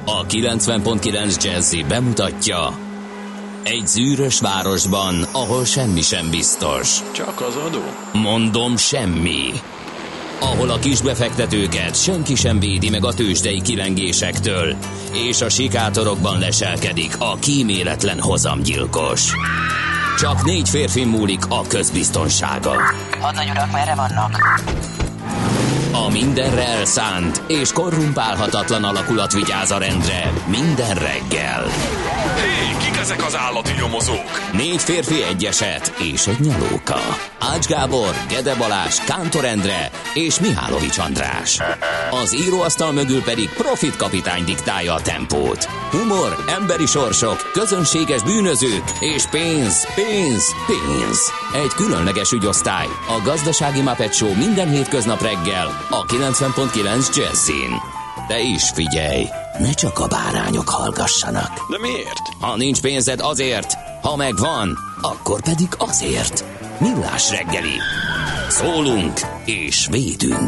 A 90.9 Jazzy bemutatja: egy zűrös városban, ahol semmi sem biztos. Csak az adó? Mondom, semmi. Ahol a kisbefektetőket senki sem védi meg a tőzsdei kilengésektől, és a sikátorokban leselkedik a kíméletlen hozamgyilkos. Csak 4 férfi múlik a közbiztonsága. Hadnagy urak, merre vannak? A mindenre elszánt és korrumpálhatatlan alakulat vigyáz a rendre minden reggel. Hé, kik ezek az állati nyomozók? 4 férfi, egy eset és egy nyalóka. Ács Gábor, Gede Balázs, Kántor Endre és Mihálovics András. Az íróasztal mögül pedig Profit kapitány diktálja a tempót. Humor, emberi sorsok, közönséges bűnözők és pénz, pénz, pénz. Egy különleges ügyosztály, a Gazdasági Muppet Show minden hétköznap reggel a 90.9 Jazzyn. De is figyelj, ne csak a bárányok hallgassanak. De miért? Ha nincs pénzed, azért, ha megvan, akkor pedig azért. Millás reggeli. Szólunk és védünk.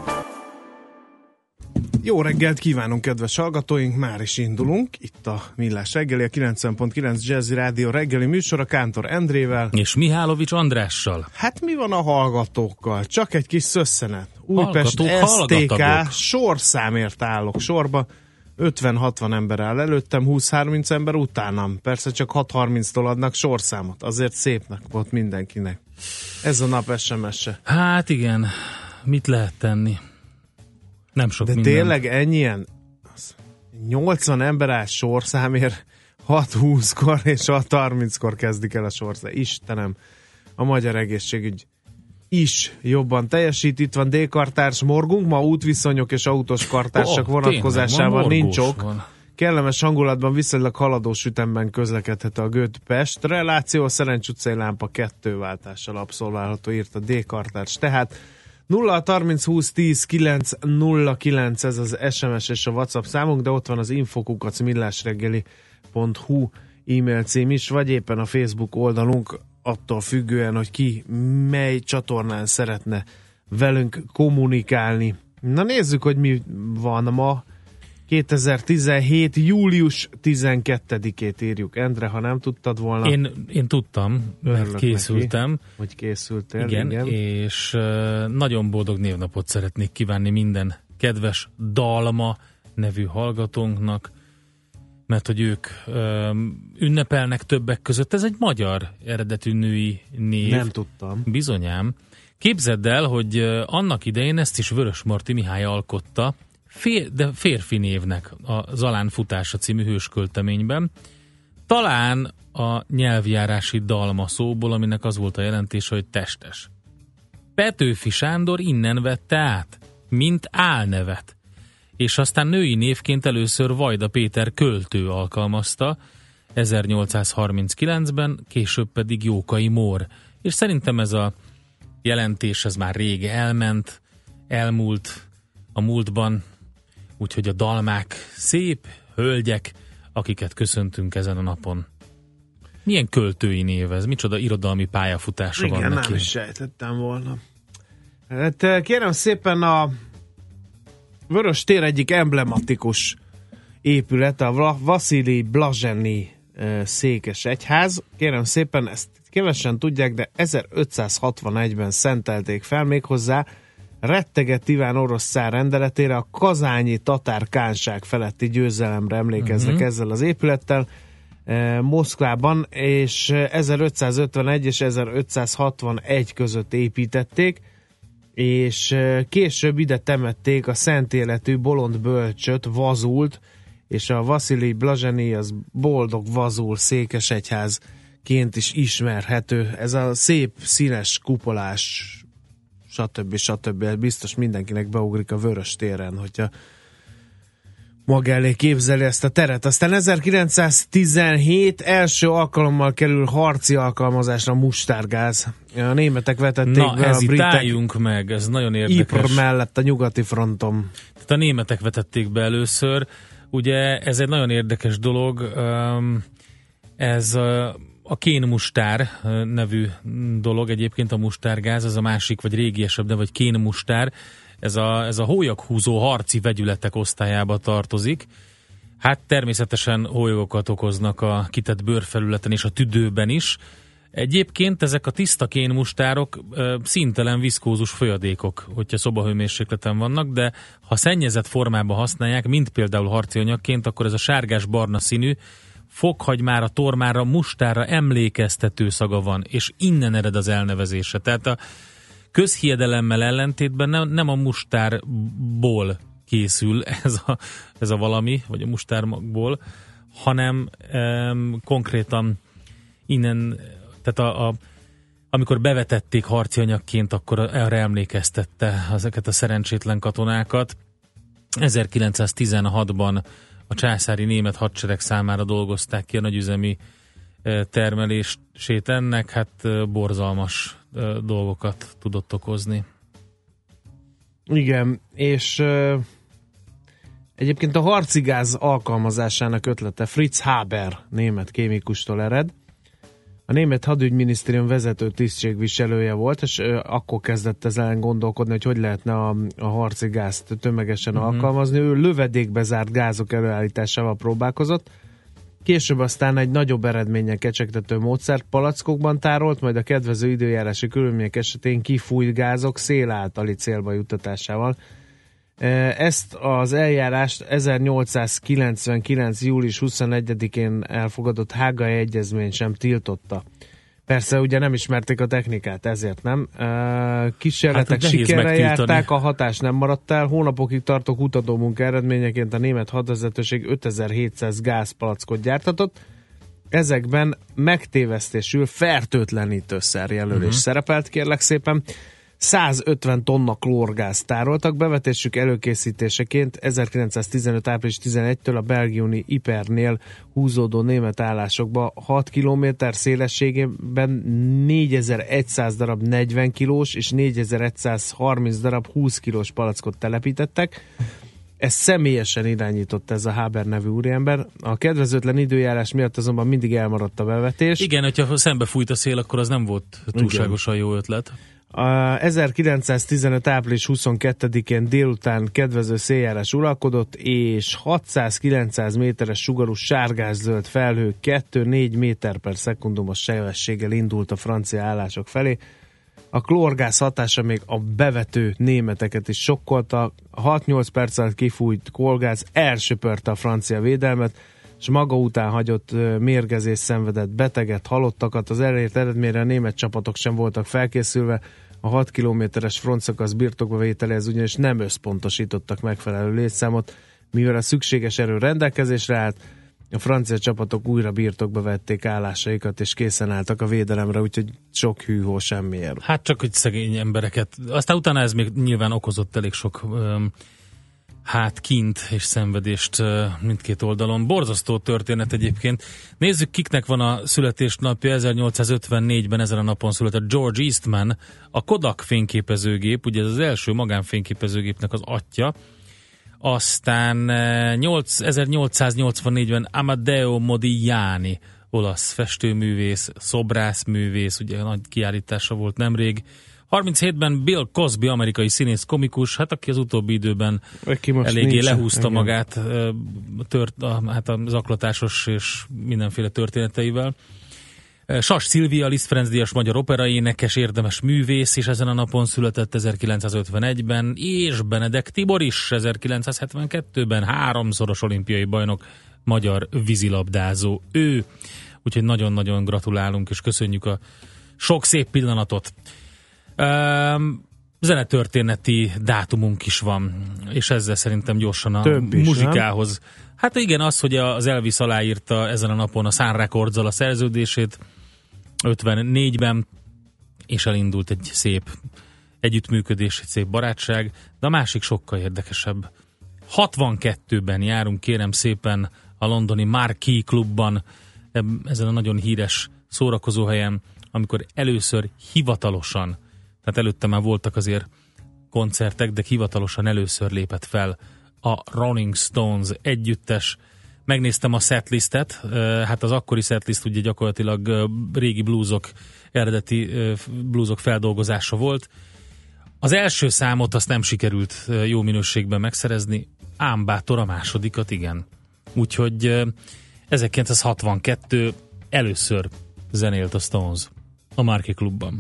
Jó reggelt kívánunk, kedves hallgatóink, már is indulunk. Itt a Millás reggeli, a 90.9 Jazzy Rádió reggeli műsora Kántor Endrével. És Mihálovics Andrással. Hát mi van a hallgatókkal? Csak egy kis szösszenet. Újpest Hallgatók, STK sorszámért állok sorba. 50-60 ember áll előttem, 20-30 ember utánam. Persze csak 6:30-tól adnak sorszámot. Azért szépnek volt mindenkinek. Ez a nap SMS-e. Hát igen, mit lehet tenni? Nem sok de minden. tényleg ennyien? 80 ember áll sorszámért 6:20-kor és 6:30-kor kezdik el a sorszám. Istenem, a magyar egészségügy is jobban teljesít. Itt van D-kartárs morgunk, ma útviszonyok és autós kartársak vonatkozásában nincs ok. Kellemes hangulatban, viszonylag haladós ütemben közlekedhet a Göt-Pest reláció, a Szerencs utcai lámpa 2 váltással abszolválható, írt a D-kartárs. Tehát 0-30-20-10-9-09 ez az SMS és a WhatsApp számunk, de ott van az info@millásreggeli.hu e-mail cím is, vagy éppen a Facebook oldalunk, attól függően, hogy ki mely csatornán szeretne velünk kommunikálni. Na nézzük, hogy mi van ma. 2017. július 12-ét írjuk. Endre, ha nem tudtad volna... Én tudtam, mert készültem. Neki, hogy készültél. Igen, és nagyon boldog névnapot szeretnék kívánni minden kedves Dalma nevű hallgatónknak, mert hogy ők ünnepelnek többek között. Ez egy magyar eredetű női név. Nem tudtam. Bizonyám. Képzeld el, hogy annak idején ezt is Vörös Marti Mihály alkotta, de férfi névnek a Zalán futása című hőskölteményben. Talán a nyelvjárási dalma szóból, aminek az volt a jelentése, hogy testes. Petőfi Sándor innen vette át, mint álnevet. És aztán női névként először Vajda Péter költő alkalmazta 1839-ben, később pedig Jókai Mór. És szerintem ez a jelentés ez már rég elmúlt a múltban, úgyhogy a dalmák szép hölgyek, akiket köszöntünk ezen a napon. Milyen költői név ez? Micsoda irodalmi pályafutása van neki? Igen, nem is sejtettem volna. Hát kérem szépen, a Vörös tér egyik emblematikus épület, a Vasilij Blazseny székes egyház. Kérem szépen, ezt kevesen tudják, de 1561-ben szentelték fel, méghozzá rettegett Iván orosz cár rendeletére, a kazányi tatár kánság feletti győzelemre emlékeznek ezzel az épülettel Moszkvában, és 1551 és 1561 között építették, és később ide temették a szent életű bolond bölcsöt, Vazult, és a Vasilij Blazseny az boldog Vazul székesegyházként is ismerhető. Ez a szép színes kupolás, stb. Biztos mindenkinek beugrik a Vörös téren, hogyha maga elé képzeli ezt a teret. Aztán 1917 első alkalommal kerül harci alkalmazásra mustárgáz. A németek vetették be a britek meg, ez nagyon érdekes. Ypres mellett a nyugati fronton. Tehát a németek vetették be először. Ugye ez egy nagyon érdekes dolog. Ez a kénmustár nevű dolog, egyébként a mustárgáz, ez a másik, vagy régiesebb, de vagy kénmustár, ez a hólyakhúzó harci vegyületek osztályába tartozik. Hát természetesen hólyogokat okoznak a kitett bőrfelületen és a tüdőben is. Egyébként ezek a tiszta kénmustárok színtelen viszkózus folyadékok, hogyha szobahőmérsékleten vannak, de ha szennyezett formában használják, mint például harci anyagként, akkor ez a sárgás-barna színű, fokhagymára, tormára, mustárra emlékeztető szaga van, és innen ered az elnevezése. Tehát a közhiedelemmel ellentétben nem a mustárból készül ez a valami, vagy a mustárból, hanem konkrétan innen, tehát amikor bevetették harci anyagként, akkor erre emlékeztette ezeket a szerencsétlen katonákat. 1916-ban a császári német hadsereg számára dolgozták ki a nagyüzemi termelését ennek, hát borzalmas dolgokat tudott okozni. Igen, és egyébként a harci gáz alkalmazásának ötlete Fritz Haber német kémikustól ered. A német hadügyminisztérium vezető tisztségviselője volt, és akkor kezdett ezen gondolkodni, hogy lehetne a harci gázt tömegesen alkalmazni. Ő lövedékbe zárt gázok előállításával próbálkozott. Később aztán egy nagyobb eredménnyel kecsegtető módszert palackokban tárolt, majd a kedvező időjárási körülmények esetén kifújt gázok szél általi célba juttatásával. Ezt az eljárást 1899. július 21-én elfogadott Hágai Egyezmény sem tiltotta. Persze ugye nem ismerték a technikát, ezért nem. Kísérletek sikerrel járták, a hatás nem maradt el. Hónapokig tartó kutató munka eredményeként a német hadvezetőség 5700 gázpalackot gyártatott. Ezekben megtévesztésül fertőtlenítőszer jelölés szerepelt, kérlek szépen. 150 tonna klórgáz tároltak, bevetésük előkészítéseként 1915. április 11-től a belgiumi Ypernél húzódó német állásokba 6 km szélességében 4100 darab 40 kilós és 4130 darab 20 kilós palackot telepítettek. Ezt személyesen irányított ez a Haber nevű úriember. A kedvezőtlen időjárás miatt azonban mindig elmaradt a bevetés. Igen, hogyha szembe fújt a szél, akkor az nem volt túlságosan jó ötlet. A 1915. április 22-én délután kedvező széljárás uralkodott, és 600-900 méteres sugarú sárgás-zöld felhő 2-4 méter per szekundumos sebességgel indult a francia állások felé. A klórgáz hatása még a bevető németeket is sokkolta. 6-8 perc alatt kifújt klórgáz elsöpörte a francia védelmet, és maga után hagyott mérgezés szenvedett beteget, halottakat. Az elért eredményre a német csapatok sem voltak felkészülve. A 6 kilométeres frontszakasz birtokba vételéhez ugyanis nem összpontosítottak megfelelő létszámot, mivel a szükséges erő rendelkezésre állt, a francia csapatok újra birtokba vették állásaikat, és készen álltak a védelemre, úgyhogy sok hűhó semmiért. Hát csak hogy szegény embereket. Aztán utána ez még nyilván okozott elég sok kint és szenvedést mindkét oldalon. Borzasztó történet egyébként. Nézzük, kiknek van a születésnapja. 1854-ben ezen a napon született George Eastman, a Kodak fényképezőgép, ugye ez az első magánfényképezőgépnek az atya. Aztán 1884-ben Amadeo Modigliani, olasz festőművész, szobrászművész, ugye nagy kiállítása volt nemrég. 37-ben Bill Cosby, amerikai színész komikus, hát aki az utóbbi időben eléggé lehúzta magát a zaklatásos és mindenféle történeteivel. Sas Szilvia, Liszt Ferenc díjas magyar operaénekes, érdemes művész, és ezen a napon született 1951-ben, és Benedek Tibor is 1972-ben 3-szoros olimpiai bajnok, magyar vízilabdázó ő. Úgyhogy nagyon-nagyon gratulálunk, és köszönjük a sok szép pillanatot. Zenetörténeti dátumunk is van, és ezzel szerintem gyorsan a muzsikához. Nem? Hát igen, az, hogy az Elvis aláírta ezen a napon a Sun Records-al a szerződését 54-ben, és elindult egy szép együttműködés, egy szép barátság, de a másik sokkal érdekesebb. 62-ben járunk, kérem szépen, a londoni Marquee klubban, ezen a nagyon híres szórakozóhelyen, amikor először hivatalosan, tehát előtte már voltak azért koncertek, de hivatalosan először lépett fel a Rolling Stones együttes. Megnéztem a setlistet, hát az akkori setlist ugye gyakorlatilag régi bluesok, eredeti bluesok feldolgozása volt. Az első számot azt nem sikerült jó minőségben megszerezni, ám bátor a másodikat, igen. úgyhogy 1962 először zenélt a Stones a Marquee Klubban.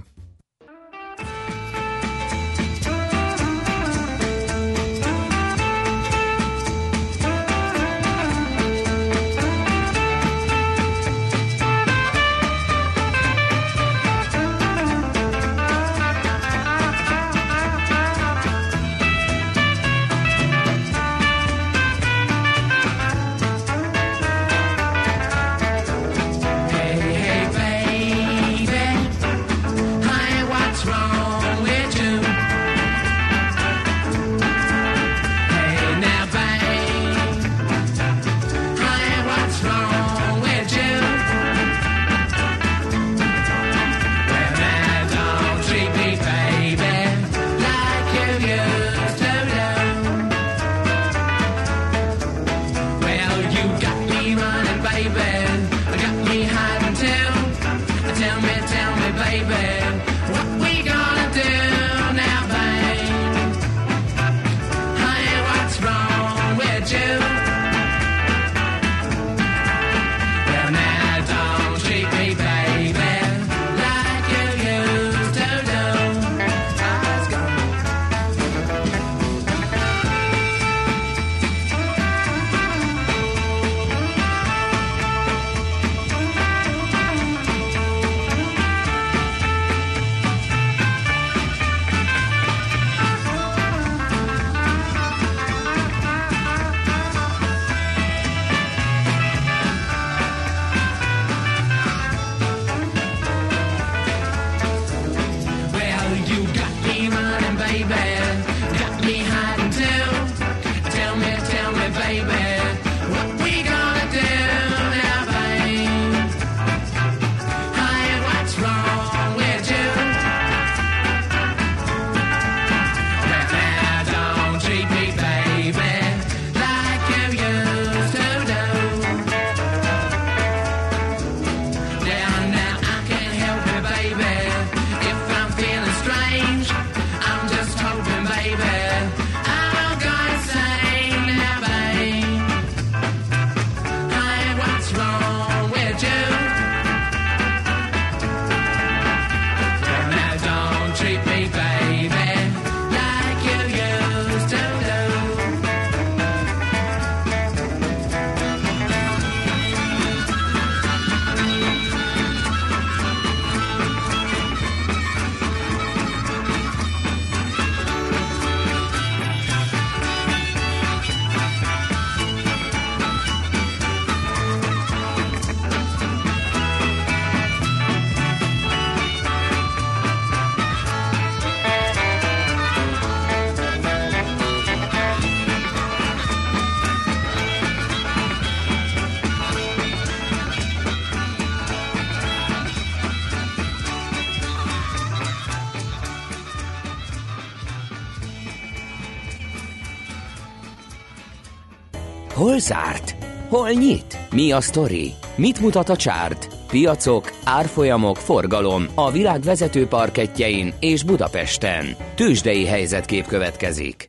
Hol zárt? Hol nyit? Mi a sztori? Mit mutat a csárt? Piacok, árfolyamok, forgalom a világ vezető parkettjein és Budapesten. Tőzsdei helyzetkép következik.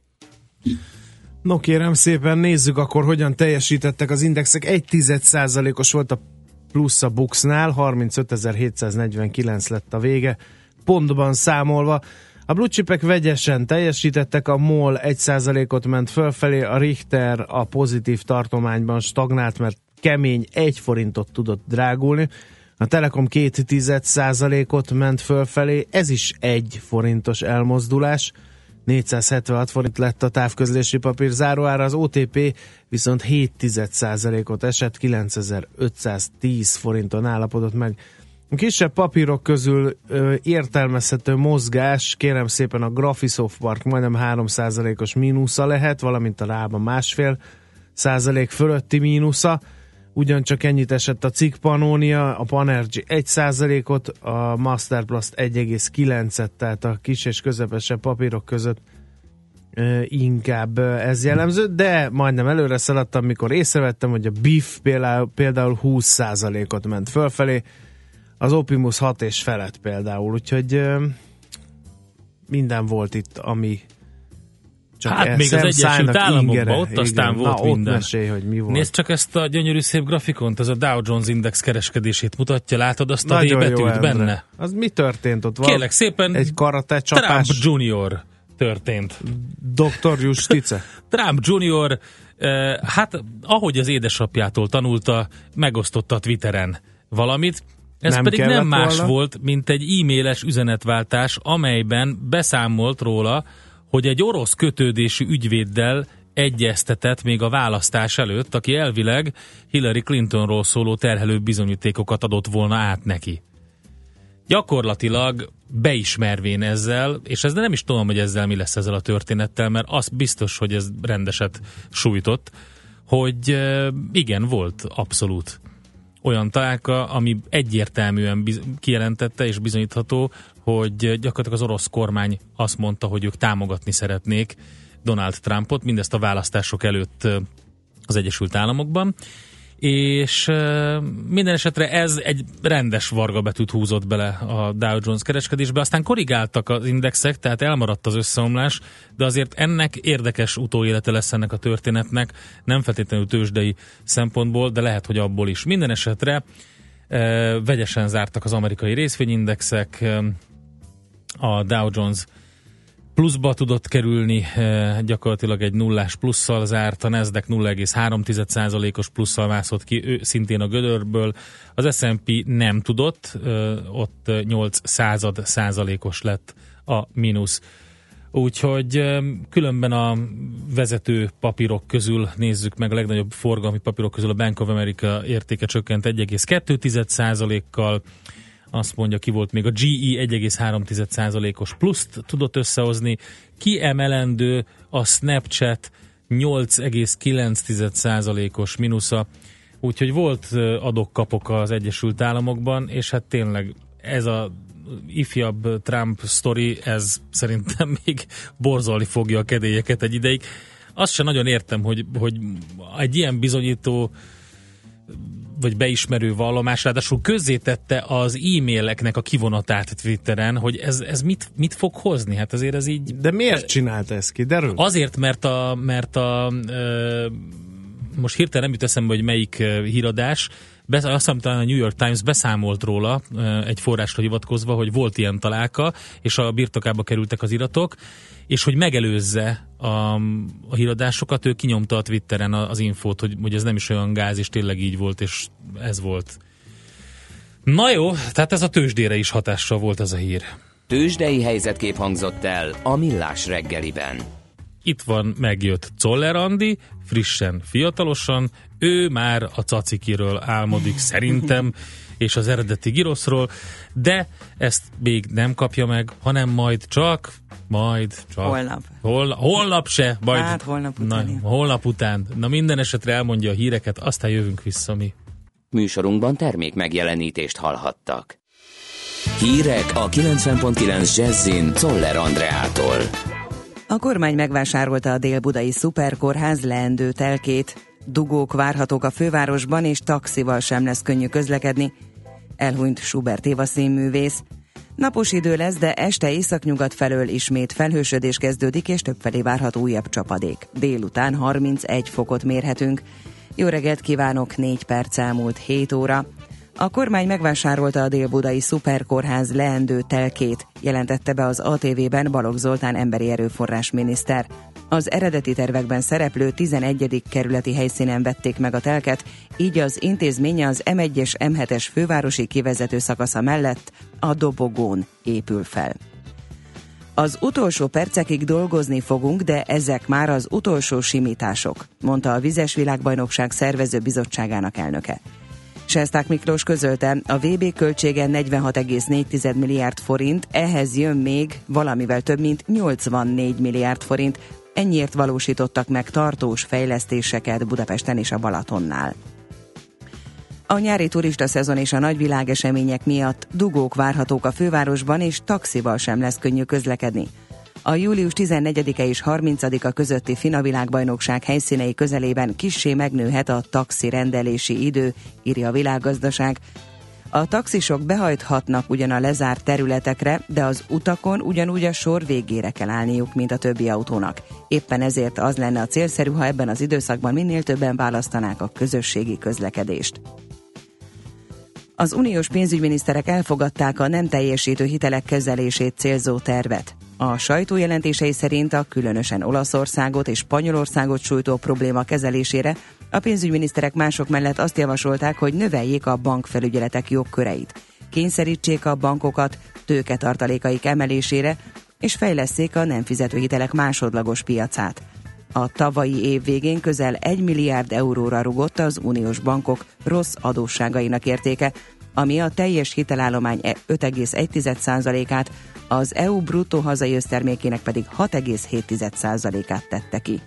No kérem szépen, nézzük akkor, hogyan teljesítettek az indexek. 1,1%-os volt a plusz a Buxnál, 35.749 lett a vége, pontban számolva. A blue chipek vegyesen teljesítettek, a MOL 1%-ot ment fölfelé, a Richter a pozitív tartományban stagnált, mert kemény 1 forintot tudott drágulni, a Telekom 0,2%-ot ment fölfelé, ez is 1 forintos elmozdulás, 476 forint lett a távközlési papír záróára, az OTP viszont 0,7%-ot esett, 9510 forinton állapodott meg. A kisebb papírok közül értelmezhető mozgás, kérem szépen a Graphisoft Park majdnem 3%-os mínusza lehet, valamint a Rába 1,5% fölötti mínusza, ugyancsak ennyit esett a Cikk Pannonia, a Panergy 1%-ot, a Masterplast 1,9-et, tehát a kis és közepesebb papírok között inkább ez jellemző, de majdnem előre szaladtam, mikor észrevettem, hogy a BIF például 20%-ot ment fölfelé, az Opimus 6 és felett például, úgyhogy minden volt itt, ami Csak hát még az Egyesült Államokban, ott aztán volt minden. Ott mesélj, hogy mi volt. Nézd csak ezt a gyönyörű szép grafikont, ez a Dow Jones Index kereskedését mutatja, látod azt a Nagyon D betűt benne? Az mi történt ott? Kérlek szépen, egy karate csapás. Trump Jr. történt. Dr. Justice. Trump Jr. Hát ahogy az édesapjától tanulta, megosztotta a Twitteren valamit. Ez nem pedig nem más volt, mint egy e-mailes üzenetváltás, amelyben beszámolt róla, hogy egy orosz kötődésű ügyvéddel egyeztetett még a választás előtt, aki elvileg Hillary Clintonról szóló terhelő bizonyítékokat adott volna át neki. Gyakorlatilag beismervén ezzel, és ez nem is tudom, hogy ezzel mi lesz ezzel a történettel, mert az biztos, hogy ez rendeset sújtott, hogy igen, volt abszolút olyan találka, ami egyértelműen kijelentette és bizonyítható, hogy gyakorlatilag az orosz kormány azt mondta, hogy ők támogatni szeretnék Donald Trumpot, mindezt a választások előtt az Egyesült Államokban, és minden esetre ez egy rendes vargabetűt húzott bele a Dow Jones kereskedésbe, aztán korrigáltak az indexek, tehát elmaradt az összeomlás, de azért ennek érdekes utóélete lesz ennek a történetnek, nem feltétlenül tőzsdei szempontból, de lehet, hogy abból is. Minden esetre vegyesen zártak az amerikai részvényindexek, a Dow Jones pluszba tudott kerülni, gyakorlatilag egy nullás plusszal zárt, a Nasdaq 0,3%-os plusszal mászott ki, ő szintén a gödörből, az S&P nem tudott, ott 0,08%-os lett a mínusz. Úgyhogy különben a vezető papírok közül nézzük meg, a legnagyobb forgalmi papírok közül a Bank of America értéke csökkent 1,2%-kal, azt mondja, ki volt még a GE 1,3%-os pluszt tudott összehozni, kiemelendő a Snapchat 8,9%-os mínusza, úgyhogy volt adok-kapok az Egyesült Államokban, és hát tényleg ez a ifjabb Trump sztori, ez szerintem még borzolni fogja a kedélyeket egy ideig. Azt sem nagyon értem, hogy egy ilyen bizonyító vagy beismerő vallomás, ráadásul közzétette az e-maileknek a kivonatát Twitteren, hogy ez mit fog hozni? Hát azért ez így... De miért csinálta ezt ki? Derül? Azért, mert most hirtelen nem jut eszembe, hogy melyik híradás, azt hiszem, talán a New York Times beszámolt róla egy forrásra hivatkozva, hogy volt ilyen találka, és a birtokába kerültek az iratok, és hogy megelőzze a híradásokat, ő kinyomta a Twitteren az infót, hogy ez nem is olyan gáz, és tényleg így volt, és ez volt. Na jó, tehát ez a tőzsdére is hatással volt ez a hír. Tőzsdei helyzetkép hangzott el a Millás reggeliben. Itt van, megjött Czoller Andi, frissen, fiatalosan, ő már a cacikiről álmodik szerintem, és az eredeti giroszról, de ezt még nem kapja meg, hanem majd csak holnap. Holnap se, majd hát holnap után. Holnap után. Na minden esetre elmondja a híreket, aztán jövünk vissza mi. Műsorunkban termék megjelenítést hallhattak. Hírek a 90.9 Jazzin Czoller Andreától. A kormány megvásárolta a dél-budai szuperkórház leendő telkét. Dugók várhatók a fővárosban, és taxival sem lesz könnyű közlekedni. Elhunyt Schubert Éva színművész. Napos idő lesz, de este északnyugat felől ismét felhősödés kezdődik, és többfelé várható újabb csapadék. Délután 31 fokot mérhetünk. Jó reggelt kívánok, 4 perc elmúlt 7 óra. A kormány megvásárolta a dél-budai szuperkórház leendő telkét, jelentette be az ATV-ben Balogh Zoltán emberi erőforrás miniszter. Az eredeti tervekben szereplő 11. kerületi helyszínen vették meg a telket, így az intézménye az M1-es M7-es fővárosi kivezető szakasza mellett a dobogón épül fel. Az utolsó percekig dolgozni fogunk, de ezek már az utolsó simítások, mondta a Vizes Világbajnokság szervező bizottságának elnöke. Sesták Miklós közölte, a VB költsége 46,4 milliárd forint, ehhez jön még valamivel több mint 84 milliárd forint, ennyiért valósítottak meg tartós fejlesztéseket Budapesten és a Balatonnál. A nyári turista szezon és a nagyvilágesemények miatt dugók várhatók a fővárosban, és taxival sem lesz könnyű közlekedni. A július 14-e és 30-a közötti FINA világbajnokság helyszínei közelében kissé megnőhet a taxi rendelési idő, írja a Világgazdaság. A taxisok behajthatnak ugyan a lezárt területekre, de az utakon ugyanúgy a sor végére kell állniuk, mint a többi autónak. Éppen ezért az lenne a célszerű, ha ebben az időszakban minél többen választanák a közösségi közlekedést. Az uniós pénzügyminiszterek elfogadták a nem teljesítő hitelek kezelését célzó tervet. A sajtó jelentései szerint a különösen Olaszországot és Spanyolországot sújtó probléma kezelésére a pénzügyminiszterek mások mellett azt javasolták, hogy növeljék a bankfelügyeletek jogköreit, kényszerítsék a bankokat tőketartalékaik emelésére, és fejlesszék a nem fizető hitelek másodlagos piacát. A tavalyi év végén közel 1 milliárd euróra rugott az uniós bankok rossz adósságainak értéke, ami a teljes hitelállomány 5,1%-át, az EU bruttó hazai össztermékének pedig 6,7%-át tette ki.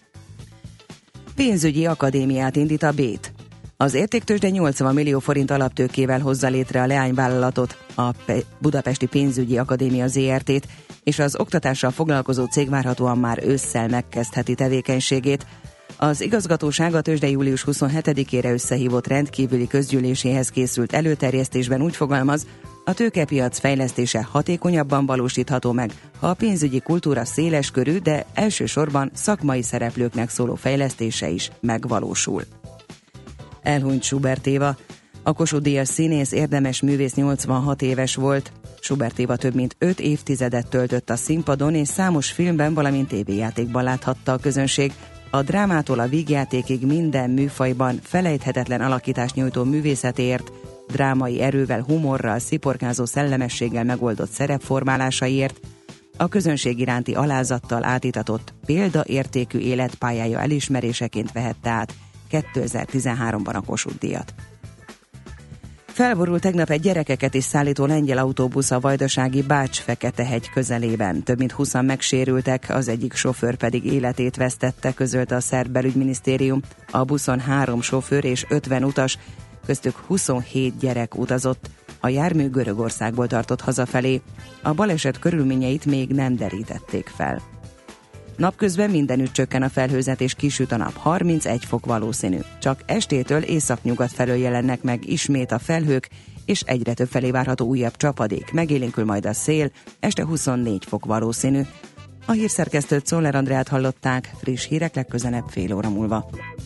Pénzügyi akadémiát indít a BÉT. Az értéktőzsde 80 millió forint alaptőkével hozza létre a leányvállalatot, a Budapesti Pénzügyi Akadémia ZRT-t, és az oktatással foglalkozó cég várhatóan már ősszel megkezdheti tevékenységét. Az igazgatóság a tőzsde július 27-ére összehívott rendkívüli közgyűléséhez készült előterjesztésben úgy fogalmaz, a tőkepiac fejlesztése hatékonyabban valósítható meg, ha a pénzügyi kultúra széles körű, de elsősorban szakmai szereplőknek szóló fejlesztése is megvalósul. Elhunyt Schubert Éva. A Kossuth-díjas színész, érdemes művész 86 éves volt. Schubert Éva több mint 5 évtizedet töltött a színpadon, és számos filmben, valamint tévéjátékban láthatta a közönség. A drámától a vígjátékig minden műfajban felejthetetlen alakítást nyújtó művészetéért, drámai erővel, humorral, sziporkázó szellemességgel megoldott szerepformálásaiért, a közönség iránti alázattal átítatott példaértékű életpályája elismeréseként vehette át 2013-ban a Kossuth-díjat. Felborult tegnap egy gyerekeket is szállító lengyel autóbusz a vajdasági Bács-Feketehegy közelében. Több mint 20-an megsérültek, az egyik sofőr pedig életét vesztette, közölte a szerb belügyminisztérium. A buszon 3 sofőr és 50 utas, köztük 27 gyerek utazott. A jármű Görögországból tartott hazafelé. A baleset körülményeit még nem derítették fel. Napközben mindenütt csökken a felhőzet és kisüt a nap, 31 fok valószínű. Csak estétől északnyugat felől jelennek meg ismét a felhők, és egyre több felé várható újabb csapadék. Megélénkül majd a szél, este 24 fok valószínű. A hírszerkesztőt, Szoller Andreát hallották, friss hírek legközelebb fél óra múlva.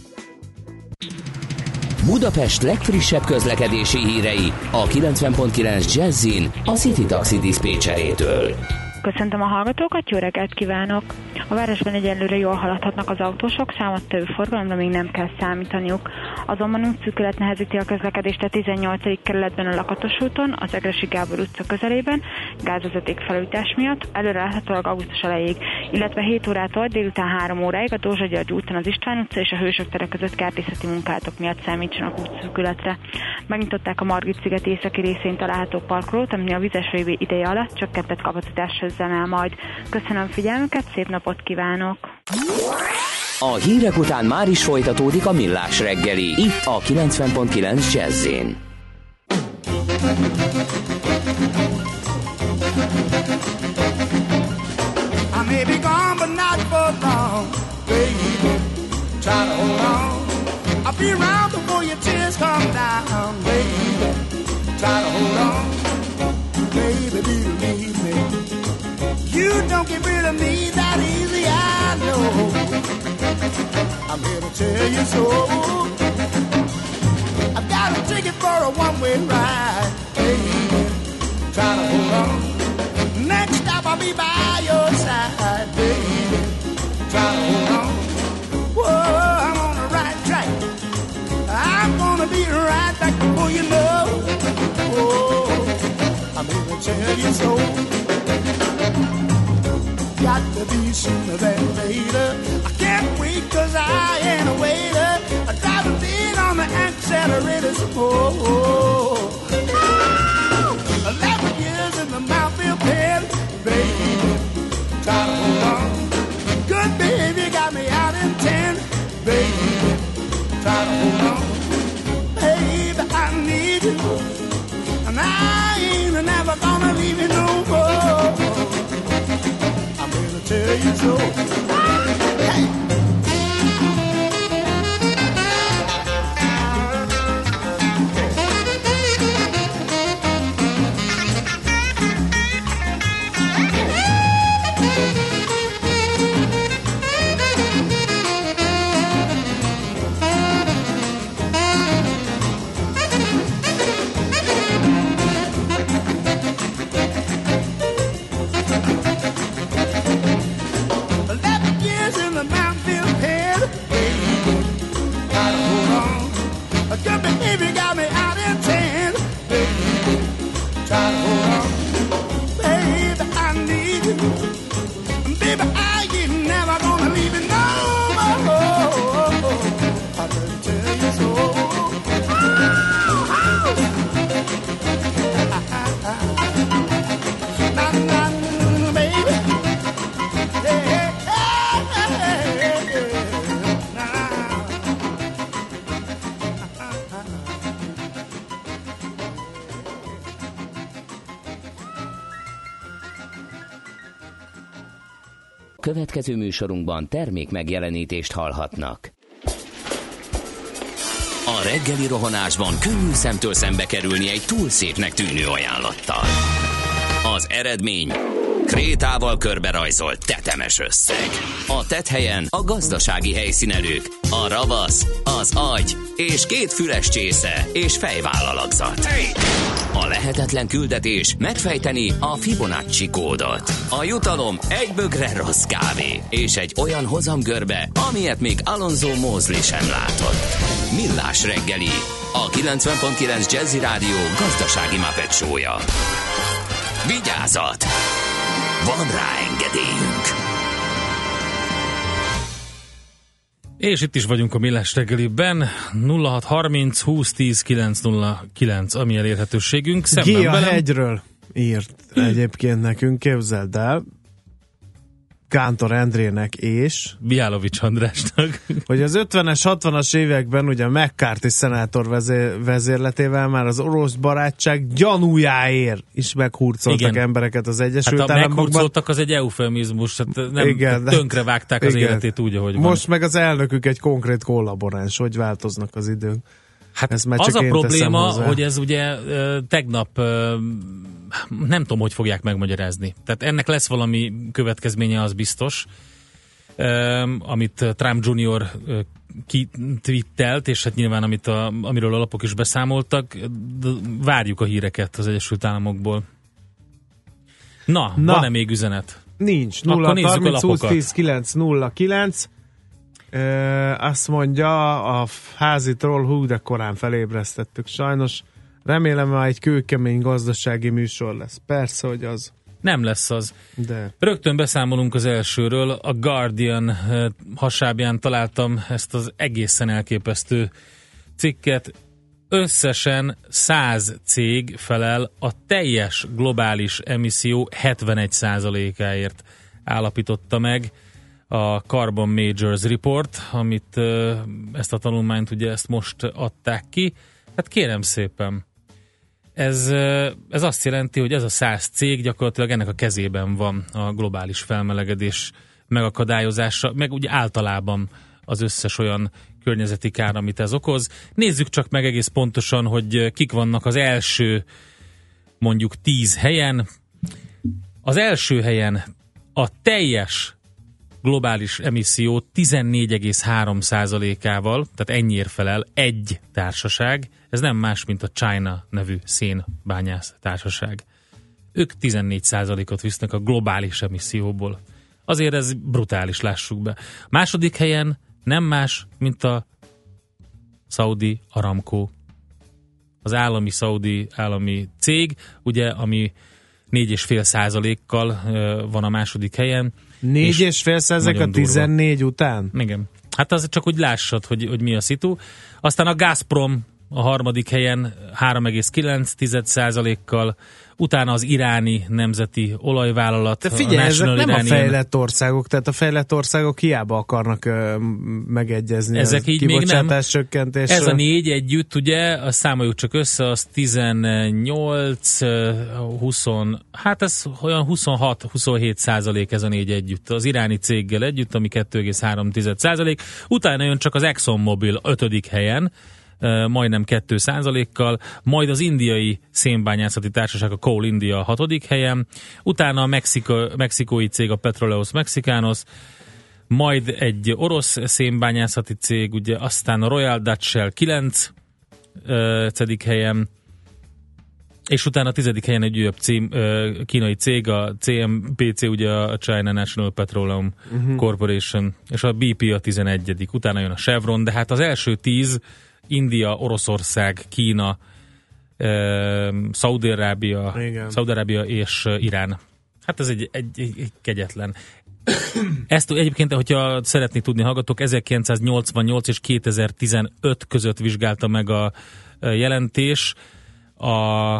Budapest legfrissebb közlekedési hírei a 90.9 Jazzin a City Taxi diszpécserétől. Köszöntöm a hallgatókat, jó reggelt kívánok! A városban egyelőre jól haladhatnak az autósok, számottevő forgalomra még nem kell számítaniuk. Azonban útszűkület nehezíti a közlekedést a 18. kerületben a Lakatos úton, az Egressy Gábor utca közelében, gázvezeték felújítás miatt, előreláthatólag augusztus elejéig, illetve 7 órától délután 3 óráig a Dózsa György úton az István utca és a Hősök tere között kertészeti munkálatok miatt számítsanak útszűkületre. Megnyitották a Margit-sziget északi részén található parkolót, ami a vizes vévé ideje alatt csökkentett kapacitáshoz üzemel majd. Köszönöm figyelmüket, szép napot kívánok! A hírek után már is folytatódik a Millás reggeli, itt a 90.9 Jazz-én. I may be gone, but not for long, baby. Try to hold on. I'll be around before your tears come down, baby. Try to hold on, baby, believe me. You don't get rid of me that easy, I know. I'm here to tell you so. I've got a ticket for a one-way ride, baby. Try to hold on. Next stop I'll be by your side, baby. Try to hold on. Whoa, I'm on the right track. I'm gonna be right back before you know. Whoa, I'm here to tell you so. Got to be sooner than later. I can't wait 'cause I ain't a waiter. I drive a beat on the accelerator some more. 11 years in the Mountfield pen, baby, try to hold on. Good baby got me out in 10, baby, try to hold on. Baby, I need you, and I ain't never gonna leave you no more. I'm gonna tell you so. Hey! tell you so. Következő műsorunkban termék megjelenítést hallhatnak. A reggeli rohanásban könnyű szemtől szembe kerülni egy túl szépnek tűnő ajánlattal. Az eredmény krétával körberajzolt tetemes összeg. A tetthelyen a gazdasági helyszínelők, a ravasz, az agy és 2 füles csésze és fejvállalakzat. A lehetetlen küldetés megfejteni a Fibonacci kódot. A jutalom egy bögre rossz kávé és egy olyan hozamgörbe, amilyet még Alonso Mosley sem látott. Millás reggeli, a 90.9 Jazzy Rádió gazdasági Muppet show-ja. Vigyázat! Van rá engedélyünk! És itt is vagyunk a Millás reggeliben, 0630 2010 909, ami elérhetőségünk. Gia hegyről írt egyébként nekünk, képzeld el, Kántor Endrének és Mihálovics Andrásnak, hogy az 50-es, 60-as években ugye McCarthy szenátor vezérletével már az orosz barátság gyanújáért is meghurcoltak embereket az Egyesült Államokban. Államokban. Meghurcoltak az egy eufemizmus, hát nem igen, tönkre vágták az életét úgy, ahogy most van. meg az elnökük egy konkrét kollaboráns, hogy változnak az idők. Hát az a probléma, hogy ez ugye tegnap nem tudom, hogy fogják megmagyarázni. Tehát ennek lesz valami következménye, az biztos, amit Trump Jr. kitwittelt, és hát nyilván amiről a lapok is beszámoltak, várjuk a híreket az Egyesült Államokból. Na. Van-e még üzenet? Nincs. Akkor nézzük a 0 30 20 lapokat. 10 909. Azt mondja, a házitról, hú, de korán felébresztettük. Sajnos remélem, hogy egy kőkemény gazdasági műsor lesz. Persze, hogy az. Nem lesz az. De. Rögtön beszámolunk az elsőről. A Guardian hasábján találtam ezt az egészen elképesztő cikket. Összesen 100 cég felel a teljes globális emisszió 71%-áért, állapította meg a Carbon Majors Report, amit ezt a tanulmányt ugye ezt most adták ki. Hát kérem szépen, ez azt jelenti, hogy ez a 100 cég gyakorlatilag ennek a kezében van a globális felmelegedés megakadályozása, meg ugye általában az összes olyan környezeti kár, amit ez okoz. Nézzük csak meg egész pontosan, hogy kik vannak az első mondjuk 10 helyen. Az első helyen a teljes globális emisszió 14,3%-ával, tehát ennyiért felel egy társaság, ez nem más, mint a China nevű szénbányász társaság. Ők 14%-ot visznek a globális emisszióból. Azért ez brutális, lássuk be. A második helyen nem más, mint a Saudi Aramco. Az szaudi állami cég, ugye, ami 4,5%-kal van a második helyen. 4,5% a 14 után? Igen. Hát az csak úgy lássad, hogy mi a szitu. Aztán a Gazprom a harmadik helyen 3,9%-kal, utána az iráni nemzeti olajvállalat. De figyelj, ezek nem a fejlett országok, tehát a fejlett országok hiába akarnak megegyezni ezek az így kibocsátás csökkentésre. Ez a 4 együtt, ugye, azt számoljuk csak össze, az 18, 20, hát ez olyan 26-27% ez a 4 együtt. Az iráni céggel együtt, ami 2,3%. Utána jön csak az ExxonMobil 5. helyen, majdnem 2%-kal, majd az indiai szénbányászati társaság, a Coal India 6. helyen, utána a mexikói cég, a Petroleos Mexicanos, majd egy orosz szénbányászati cég, ugye, aztán a Royal Dutch Shell 9. helyen, és utána a 10. helyen egy újabb kínai cég, a CMPC, ugye a China National Petroleum Corporation, és a BP a 11. Utána jön a Chevron, de hát az első 10 India, Oroszország, Kína, Szaúd-Arábia és Irán. Hát ez egy kegyetlen. Ezt egyébként, hogyha szeretnék tudni hallgatók, 1988 és 2015 között vizsgálta meg a jelentés a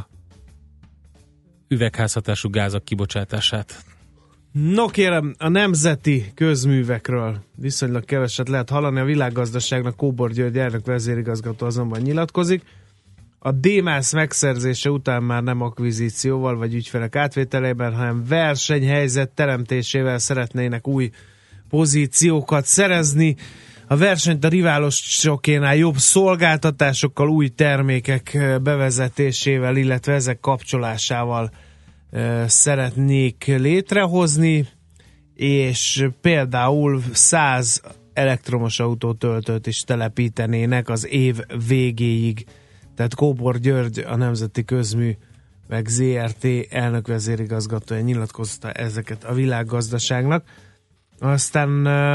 üvegházhatású gázak kibocsátását. No kérem, a nemzeti közművekről viszonylag keveset lehet hallani. A világgazdaságnak Kóbor György elnök vezérigazgató azonban nyilatkozik. A DMAS megszerzése után már nem akvizícióval vagy ügyfelek átvételében, hanem versenyhelyzet teremtésével szeretnének új pozíciókat szerezni. A versenyt a riválosokénál jobb szolgáltatásokkal, új termékek bevezetésével, illetve ezek kapcsolásával szeretnék létrehozni, és például 100 elektromos autótöltőt is telepítenének az év végéig. Tehát Kóbor György, a Nemzeti Közművek ZRT elnök vezérigazgatója nyilatkozta ezeket a világgazdaságnak. Aztán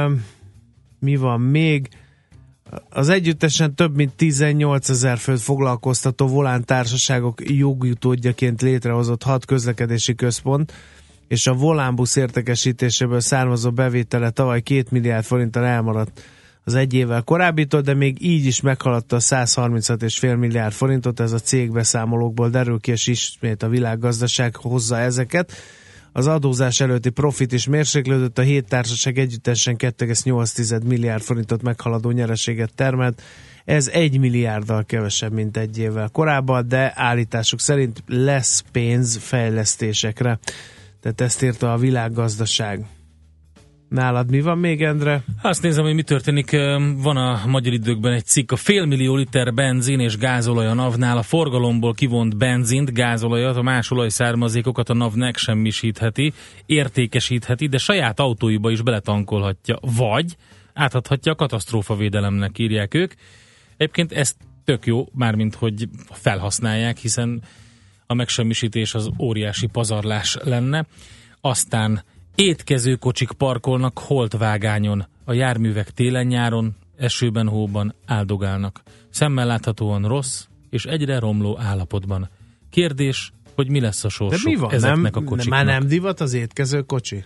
mi van még? Az együttesen több mint 18 000 főt foglalkoztató Volán társaságok jogutódjaként létrehozott 6 közlekedési központ, és a Volánbusz értékesítéséből származó bevétele tavaly 2 milliárd forinttal elmaradt az egy évvel korábbitól, de még így is meghaladta a 136,5 milliárd forintot, ez a cégbeszámolókból derül ki, és ismét a világgazdaság hozza ezeket. Az adózás előtti profit is mérséklődött, a 7 társaság együttesen 2,8 milliárd forintot meghaladó nyereséget termelt. Ez 1 milliárddal kevesebb, mint egy évvel korábban, de állításuk szerint lesz pénz fejlesztésekre. Tehát ezt írta a világgazdaság. Nálad mi van még, Endre? Azt nézem, hogy mi történik. Van a Magyar Időkben egy cikk, a 500 millió liter benzin és gázolaj a NAV-nál, a forgalomból kivont benzint, gázolajat, a más olajszármazékokat a NAV megsemmisítheti, értékesítheti, de saját autóiba is beletankolhatja, vagy átadhatja a katasztrófavédelemnek, írják ők. Egyébként ez tök jó, mármint hogy felhasználják, hiszen a megsemmisítés az óriási pazarlás lenne. Aztán étkezőkocsik parkolnak holtvágányon, a járművek télen-nyáron, esőben, hóban áldogálnak. Szemmel láthatóan rossz és egyre romló állapotban. Kérdés, hogy mi lesz a sorsuk ezeknek a kocsiknak. Már nem divat az étkezőkocsi?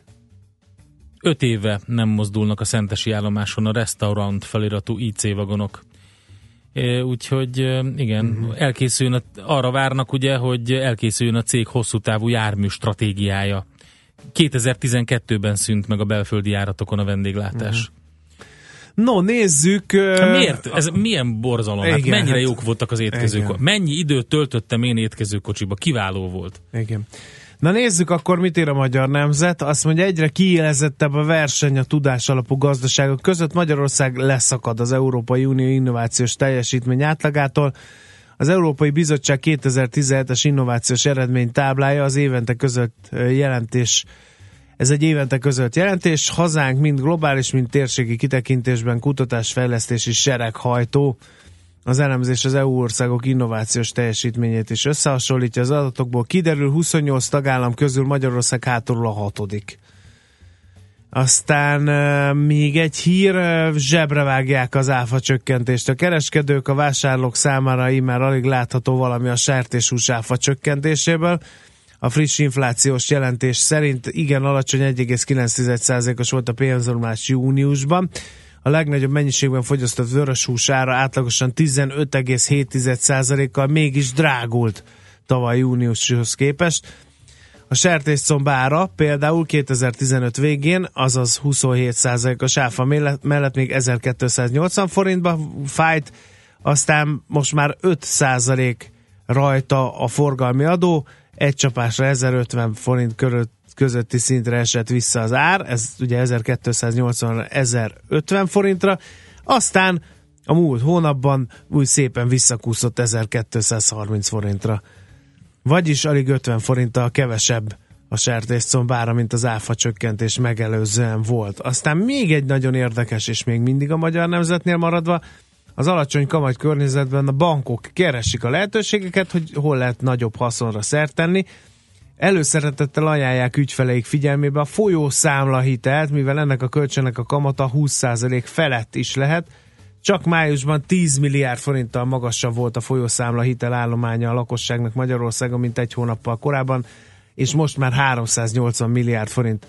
5 éve nem mozdulnak a szentesi állomáson a restaurant feliratú IC vagonok. Úgyhogy igen, arra várnak ugye, hogy elkészüljön a cég hosszú távú jármű stratégiája. 2012-ben szűnt meg a belföldi járatokon a vendéglátás. No, nézzük. Miért? Ez milyen borzalom? Hát mennyire jók voltak az étkezők? Mennyi időt töltöttem én étkezőkocsiba? Kiváló volt. Igen. Na nézzük akkor, mit ír a Magyar Nemzet. Azt mondja, egyre kiélezettebb a verseny a tudás alapú gazdaságok között. Magyarország leszakad az Európai Unió innovációs teljesítmény átlagától. Az Európai Bizottság 2017-es innovációs eredménytáblája az évente között jelentés. Ez egy évente közölt jelentés. Hazánk mind globális, mind térségi kitekintésben kutatásfejlesztési sereghajtó. Az elemzés az EU országok innovációs teljesítményét is összehasonlítja. Az adatokból kiderül, 28 tagállam közül Magyarország hátulról a 6. Aztán még egy hír, zsebre vágják az áfa csökkentést. A kereskedők, a vásárlók számára immár alig látható valami a sertéshús áfa csökkentéséből. A friss inflációs jelentés szerint igen alacsony, 1,9%-os volt a pénzromlás júniusban. A legnagyobb mennyiségben fogyasztott vöröshús ára átlagosan 15,7%-kal mégis drágult tavaly júniushoz képest. A sertéscomb ára például 2015 végén, azaz 27%-os áfa mellett még 1280 forintba fájt, aztán most már 5% rajta a forgalmi adó, egy csapásra 1050 forint közötti szintre esett vissza az ár, ez ugye 1280-1050 forintra, aztán a múlt hónapban úgy szépen visszakúszott 1230 forintra. Vagyis alig 50 forinttal kevesebb a sertéscomb ára, mint az áfa csökkentés megelőzően volt. Aztán még egy nagyon érdekes, és még mindig a Magyar Nemzetnél maradva, az alacsony kamat környezetben a bankok keresik a lehetőségeket, hogy hol lehet nagyobb haszonra szert tenni. Előszeretettel ajánlják ügyfeleik figyelmébe a folyószámlahitelt, mivel ennek a kölcsönnek a kamata 20% felett is lehet. Csak májusban 10 milliárd forinttal magasabb volt a folyószámlahitel állománya a lakosságnak Magyarországon, mint egy hónappal korábban, és most már 380 milliárd forint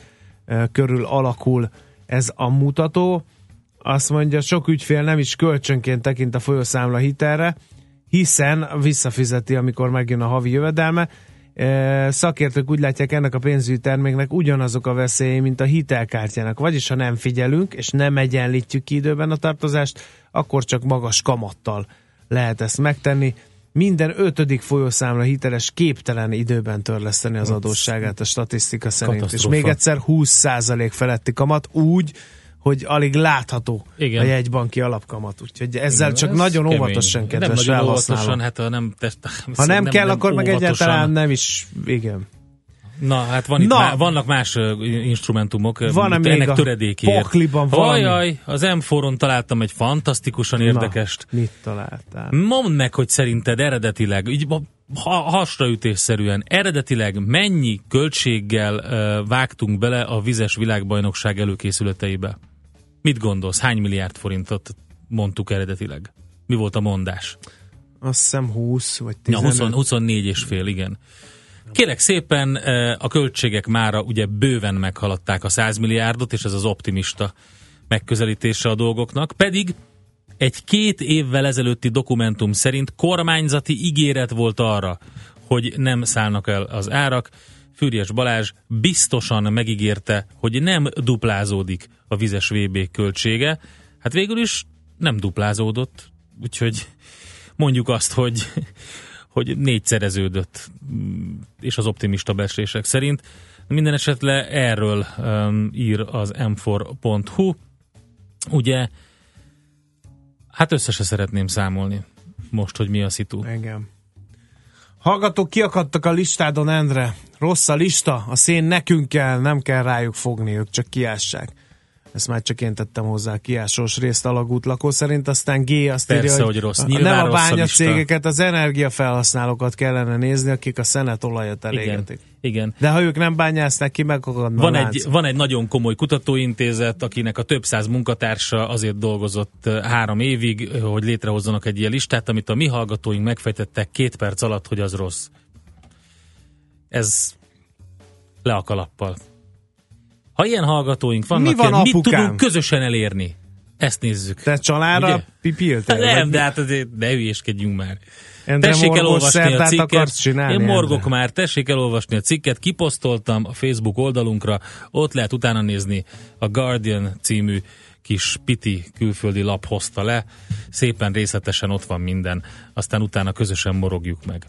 körül alakul ez a mutató. Azt mondja, sok ügyfél nem is kölcsönként tekint a folyószámla hitelre, hiszen visszafizeti, amikor megjön a havi jövedelme. Szakértők úgy látják, ennek a pénzügyi terméknek ugyanazok a veszélyei, mint a hitelkártyának. Vagyis, ha nem figyelünk, és nem egyenlítjük ki időben a tartozást, akkor csak magas kamattal lehet ezt megtenni. Minden 5. folyószámla hiteles képtelen időben törleszteni az adósságát a statisztika szerint. Katasztrófa. És még egyszer 20% feletti kamat úgy, hogy alig látható a jegybanki alapkamat. Úgyhogy ezzel csak nagyon kemény. Óvatosan, kedves nem felhasználó. Óvatosan, hát ha nem kell, akkor meg óvatosan. egyáltalán nem is, igen. Na, hát vannak más instrumentumok, van ennek töredékéért. Pokliban valami. Ajaj, az M4-on találtam egy fantasztikusan érdekest. Mit találtál? Mondd meg, hogy szerinted eredetileg, így hasraütésszerűen, eredetileg mennyi költséggel vágtunk bele a vizes világbajnokság előkészületeibe? Mit gondolsz? Hány milliárd forintot mondtuk eredetileg? Mi volt a mondás? Azt hiszem 20 vagy 15. Ja, 24,5, igen. Kérlek szépen, a költségek mára ugye bőven meghaladták a 100 milliárdot, és ez az optimista megközelítése a dolgoknak, pedig egy 2 évvel ezelőtti dokumentum szerint kormányzati ígéret volt arra, hogy nem szállnak el az árak. Füriyes Balázs biztosan megígérte, hogy nem duplázódik a vizes VB költsége. Hát végül is nem duplázódott, úgyhogy mondjuk azt, hogy 4-szereződött, és az optimista becslések szerint. Minden esetre erről ír az m4.hu. Ugye, hát össze se szeretném számolni most, hogy mi a szitu. Igen. Hallgatók kiakadtak a listádon, Endre. Rossz a lista, a szén nekünk kell, nem kell rájuk fogni, ők csak kiássák. Ezt már csak én tettem hozzá a kiásós részt alagút lakó szerint, aztán G azt persze, írja, hogy rossz. Nem a bányacégeket, az energiafelhasználókat kellene nézni, akik a szenet, olajat elégetik. Igen. De ha ők nem bányásznak ki, megakadna a lánc. Van egy nagyon komoly kutatóintézet, akinek a több száz munkatársa azért dolgozott 3 évig, hogy létrehozzanak egy ilyen listát, amit a mi hallgatóink megfejtettek 2 perc alatt, hogy az rossz. Ez le a kalappal. Ha ilyen hallgatóink vannak, mit tudunk közösen elérni? Ezt nézzük. Te családra pipiltél? Nem, de hát azért ne hülyéskedjünk már. Endre tessék elolvasni a cikket. Csinálni, én morgok már, tessék elolvasni a cikket. Kiposztoltam a Facebook oldalunkra, ott lehet utána nézni. A Guardian című kis piti külföldi lap hozta le. Szépen részletesen ott van minden. Aztán utána közösen morogjuk meg.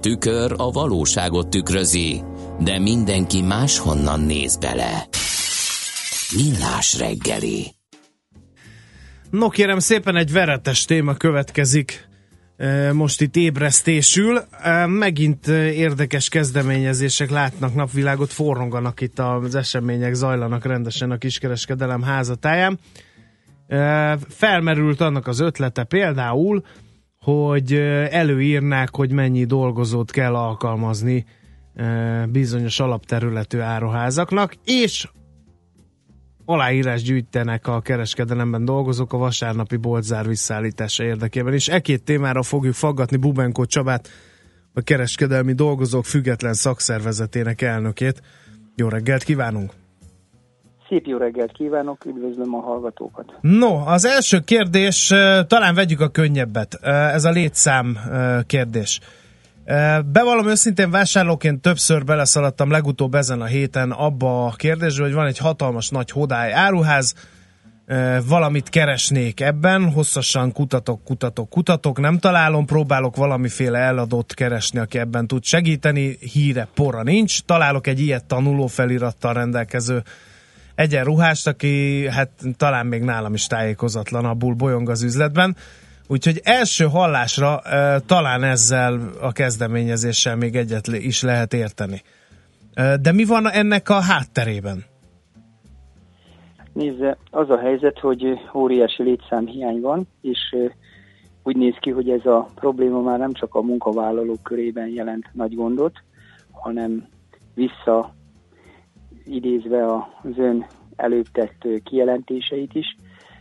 tükör a valóságot tükrözi, de mindenki máshonnan néz bele. Millás reggeli. No kérem szépen, egy veretes téma következik most itt ébresztésül. Megint érdekes kezdeményezések látnak napvilágot, forronganak itt az események, zajlanak rendesen a kiskereskedelem házatáján. Felmerült annak az ötlete például, hogy előírnák, hogy mennyi dolgozót kell alkalmazni bizonyos alapterületű áruházaknak, és aláírás gyűjtenek a kereskedelemben dolgozók a vasárnapi boltzár visszaállítása érdekében. És két témára fogjuk faggatni Bubenkó Csabát, a kereskedelmi dolgozók független szakszervezetének elnökét. Jó reggelt kívánunk! Szép jó reggelt kívánok, üdvözlöm a hallgatókat! No, az első kérdés, talán vegyük a könnyebbet, ez a létszám kérdés. Bevallom őszintén, vásárlóként többször beleszaladtam legutóbb ezen a héten abba a kérdésbe, hogy van egy hatalmas nagy hodály áruház, valamit keresnék ebben, hosszasan kutatok, nem találom, próbálok valamiféle eladót keresni, aki ebben tud segíteni, híre pora nincs, találok egy ilyet tanuló felirattal rendelkező egyenruhást, aki hát talán még nálam is tájékozatlanabbul bolyong az üzletben. Úgyhogy első hallásra talán ezzel a kezdeményezéssel még egyet is lehet érteni. De mi van ennek a hátterében? Nézze, az a helyzet, hogy óriási létszámhiány van, és úgy néz ki, hogy ez a probléma már nem csak a munkavállalók körében jelent nagy gondot, hanem visszaidézve az ön előbb tett kijelentéseit is,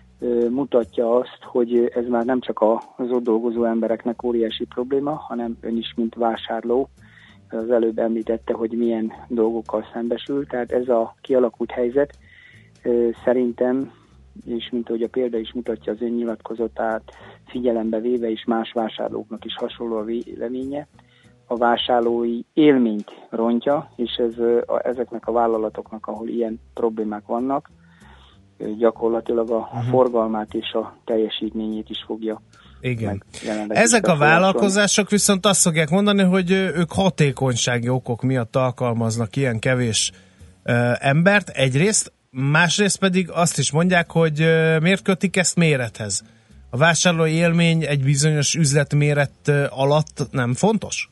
mutatja azt, hogy ez már nem csak az ott dolgozó embereknek óriási probléma, hanem ön is, mint vásárló, az előbb említette, hogy milyen dolgokkal szembesül. Tehát ez a kialakult helyzet szerintem, és mint ahogy a példa is mutatja az ön nyilatkozatát, figyelembe véve is más vásárlóknak is hasonló a véleménye, a vásárlói élményt rontja, és ezeknek a vállalatoknak, ahol ilyen problémák vannak, gyakorlatilag a forgalmát és a teljesítményét is fogja. Igen. Ezek a vállalkozások viszont azt fogják mondani, hogy ők hatékonysági okok miatt alkalmaznak ilyen kevés embert egyrészt, másrészt pedig azt is mondják, hogy miért kötik ezt mérethez. A vásárlói élmény egy bizonyos üzletméret alatt nem fontos?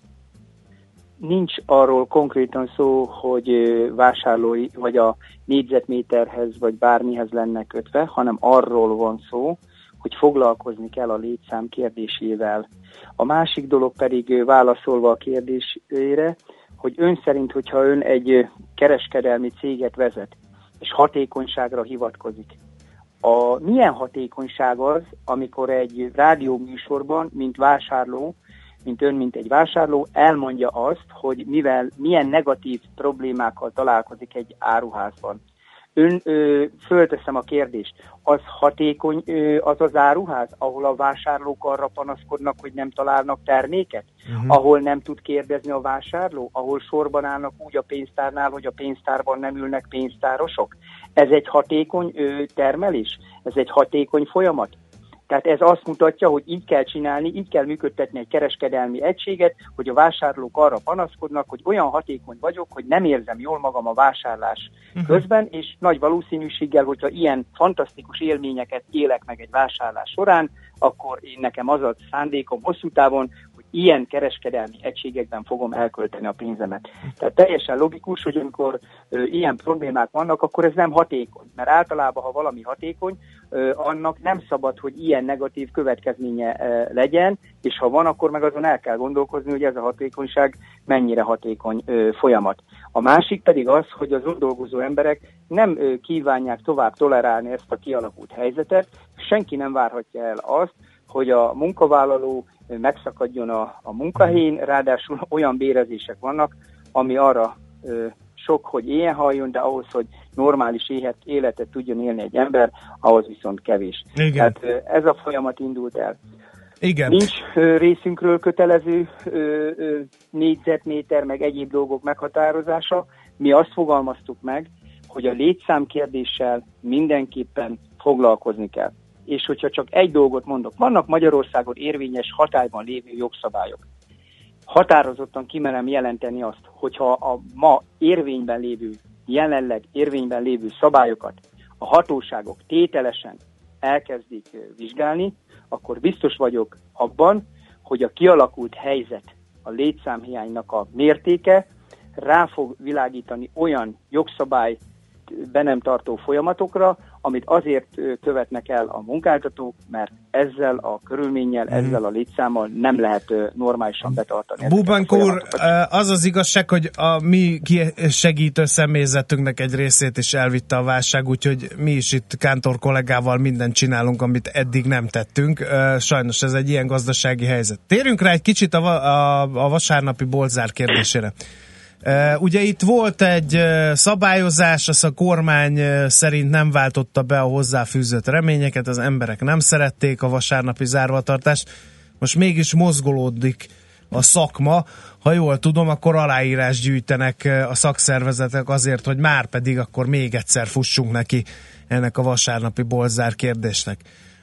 Nincs arról konkrétan szó, hogy vásárlói vagy a négyzetméterhez vagy bármihez lenne kötve, hanem arról van szó, hogy foglalkozni kell a létszám kérdésével. A másik dolog pedig válaszolva a kérdésére, hogy ön szerint, hogyha ön egy kereskedelmi céget vezet, és hatékonyságra hivatkozik, milyen hatékonyság az, amikor egy rádióműsorban, mint vásárló, mint ön, mint egy vásárló, elmondja azt, hogy milyen negatív problémákkal találkozik egy áruházban. Fölteszem a kérdést, az hatékony az az áruház, ahol a vásárlók arra panaszkodnak, hogy nem találnak terméket? Ahol nem tud kérdezni a vásárló? Ahol sorban állnak úgy a pénztárnál, hogy a pénztárban nem ülnek pénztárosok? Ez egy hatékony termelés? Ez egy hatékony folyamat? Tehát ez azt mutatja, hogy így kell csinálni, így kell működtetni egy kereskedelmi egységet, hogy a vásárlók arra panaszkodnak, hogy olyan hatékony vagyok, hogy nem érzem jól magam a vásárlás közben, és nagy valószínűséggel, hogyha ilyen fantasztikus élményeket élek meg egy vásárlás során, akkor nekem az a szándékom hosszú távon, hogy ilyen kereskedelmi egységekben fogom elkölteni a pénzemet. Tehát teljesen logikus, hogy amikor ilyen problémák vannak, akkor ez nem hatékony. Mert általában, ha valami hatékony, annak nem szabad, hogy ilyen negatív következménye legyen, és ha van, akkor meg azon el kell gondolkozni, hogy ez a hatékonyság mennyire hatékony folyamat. A másik pedig az, hogy az ott dolgozó emberek nem kívánják tovább tolerálni ezt a kialakult helyzetet, senki nem várhatja el azt, hogy a munkavállaló megszakadjon a munkahelyén, ráadásul olyan bérezések vannak, ami arra sok, hogy éhen haljon, de ahhoz, hogy normális életet tudjon élni egy ember, ahhoz viszont kevés. Igen. Tehát ez a folyamat indult el. Igen. Nincs részünkről kötelező négyzetméter, meg egyéb dolgok meghatározása. Mi azt fogalmaztuk meg, hogy a létszám kérdéssel mindenképpen foglalkozni kell. És hogyha csak egy dolgot mondok, vannak Magyarországon érvényes hatályban lévő jogszabályok. határozottan kimerem jelenteni azt, hogyha a ma érvényben lévő, jelenleg érvényben lévő szabályokat a hatóságok tételesen elkezdik vizsgálni, akkor biztos vagyok abban, hogy a kialakult helyzet, a létszámhiánynak a mértéke rá fog világítani olyan jogszabály be nem tartó folyamatokra, amit azért követnek el a munkáltatók, mert ezzel a körülménnyel, ezzel a létszámmal nem lehet normálisan betartani. Búbank úr, az az igazság, hogy a mi segítő személyzetünknek egy részét is elvitte a válság, úgyhogy mi is itt Kántor kollégával mindent csinálunk, amit eddig nem tettünk. Sajnos ez egy ilyen gazdasági helyzet. Térjünk rá egy kicsit a vasárnapi boltzár kérdésére. Ugye itt volt egy szabályozás, azt a kormány szerint nem váltotta be a hozzáfűzött reményeket, az emberek nem szerették a vasárnapi zárvatartást, most mégis mozgolódik a szakma, ha jól tudom, akkor aláírás gyűjtenek a szakszervezetek azért, hogy már pedig akkor még egyszer fussunk neki ennek a vasárnapi boltzár kérdésnek.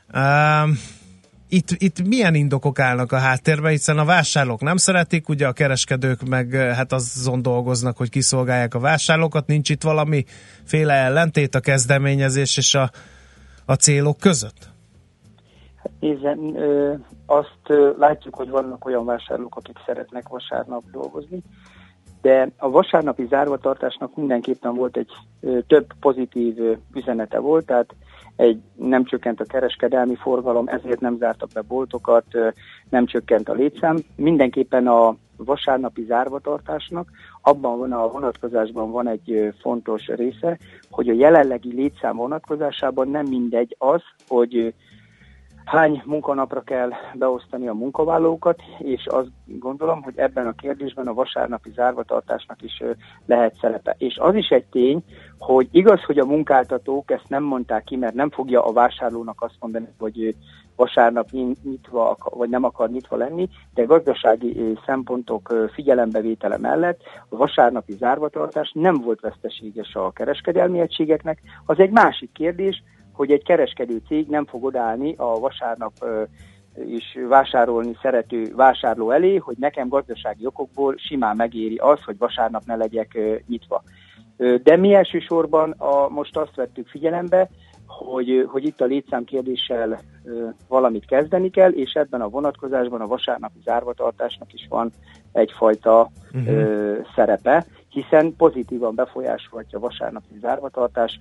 Itt milyen indokok állnak a háttérben, hiszen a vásárlók nem szeretik, ugye a kereskedők meg hát azon dolgoznak, hogy kiszolgálják a vásárlókat, nincs itt valamiféle ellentét a kezdeményezés és a célok között? Hát nézzen, azt látjuk, hogy vannak olyan vásárlók, akik szeretnek vasárnap dolgozni, de a vasárnapi zárvatartásnak mindenképpen volt egy több pozitív üzenete volt, tehát nem csökkent a kereskedelmi forgalom, ezért nem zártak be boltokat, nem csökkent a létszám. Mindenképpen a vasárnapi zárvatartásnak abban a vonatkozásban van egy fontos része, hogy a jelenlegi létszám vonatkozásában nem mindegy az, hogy hány munkanapra kell beosztani a munkavállalókat, és azt gondolom, hogy ebben a kérdésben a vasárnapi zárvatartásnak is lehet szerepe. És az is egy tény, hogy igaz, hogy a munkáltatók ezt nem mondták ki, mert nem fogja a vásárlónak azt mondani, hogy vasárnap nyitva, vagy nem akar nyitva lenni, de gazdasági szempontok figyelembevétele mellett a vasárnapi zárvatartás nem volt veszteséges a kereskedelmi egységeknek. Az egy másik kérdés, hogy egy kereskedő cég nem fog odaállni a vasárnap is vásárolni szerető vásárló elé, hogy nekem gazdasági okokból simán megéri az, hogy vasárnap ne legyek nyitva. De mi elsősorban most azt vettük figyelembe, hogy itt a létszám kérdéssel valamit kezdeni kell, és ebben a vonatkozásban a vasárnapi zárvatartásnak is van egyfajta szerepe, hiszen pozitívan befolyásolhatja a vasárnapi zárvatartás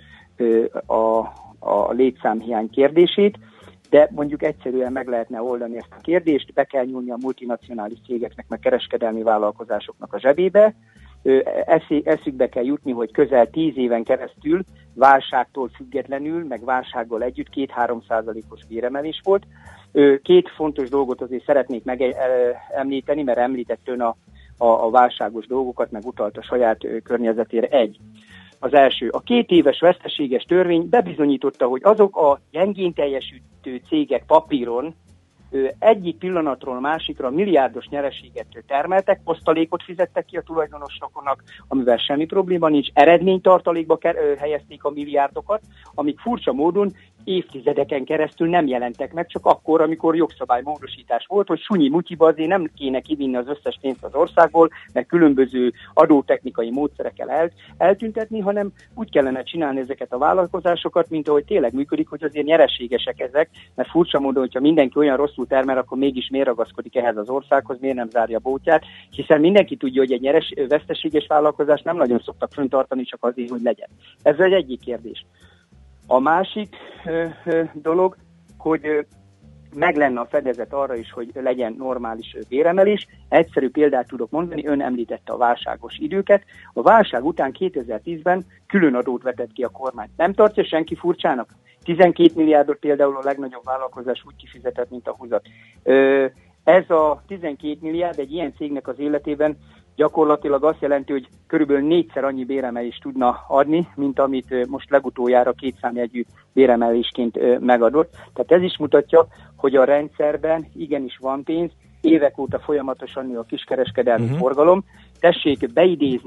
a létszámhiány kérdését, de mondjuk egyszerűen meg lehetne oldani ezt a kérdést, be kell nyúlni a multinacionális cégeknek, meg kereskedelmi vállalkozásoknak a zsebébe, eszükbe kell jutni, hogy közel 10 éven keresztül válságtól függetlenül, meg válsággal együtt 2-3%-os béremelés volt. Két fontos dolgot azért szeretnék megemlíteni, mert említett ön a válságos dolgokat, meg utalt a saját környezetére. Az első, a 2 éves veszteséges törvény bebizonyította, hogy azok a gyengén teljesítő cégek papíron egyik pillanatról másikra milliárdos nyereséget termeltek, osztalékot fizettek ki a tulajdonosoknak, amivel semmi probléma nincs, eredménytartalékba helyezték a milliárdokat, amik furcsa módon évtizedeken keresztül nem jelentek meg, csak akkor, amikor jogszabálymódosítás volt, hogy sunyi-mutyiba azért nem kéne kivinni az összes pénzt az országból, mert különböző adótechnikai módszerekkel eltüntetni, hanem úgy kellene csinálni ezeket a vállalkozásokat, mint ahogy tényleg működik, hogy azért nyereségesek ezek, mert furcsa módon, hogyha mindenki olyan rosszul termel, akkor mégis miért ragaszkodik ehhez az országhoz, miért nem zárja a bótját, hiszen mindenki tudja, hogy egy veszteséges vállalkozást nem nagyon szoktak fenntartani, csak azért, hogy legyen. Ez egy egyik kérdés. A másik dolog, hogy meg lenne a fedezet arra is, hogy legyen normális béremelés. Egyszerű példát tudok mondani, ön említette a válságos időket. A válság után 2010-ben külön adót vetett ki a kormány. Nem tartja senki furcsának? 12 milliárdot például a legnagyobb vállalkozás úgy kifizetett, mint a húzat. Ez a 12 milliárd egy ilyen cégnek az életében gyakorlatilag azt jelenti, hogy körülbelül 4-szer annyi béremelést tudna adni, mint amit most legutoljára 2 számjegyű béremelésként megadott. Tehát ez is mutatja, hogy a rendszerben igenis van pénz, évek óta folyamatosan nő a kiskereskedelmi forgalom. Tessék beidézni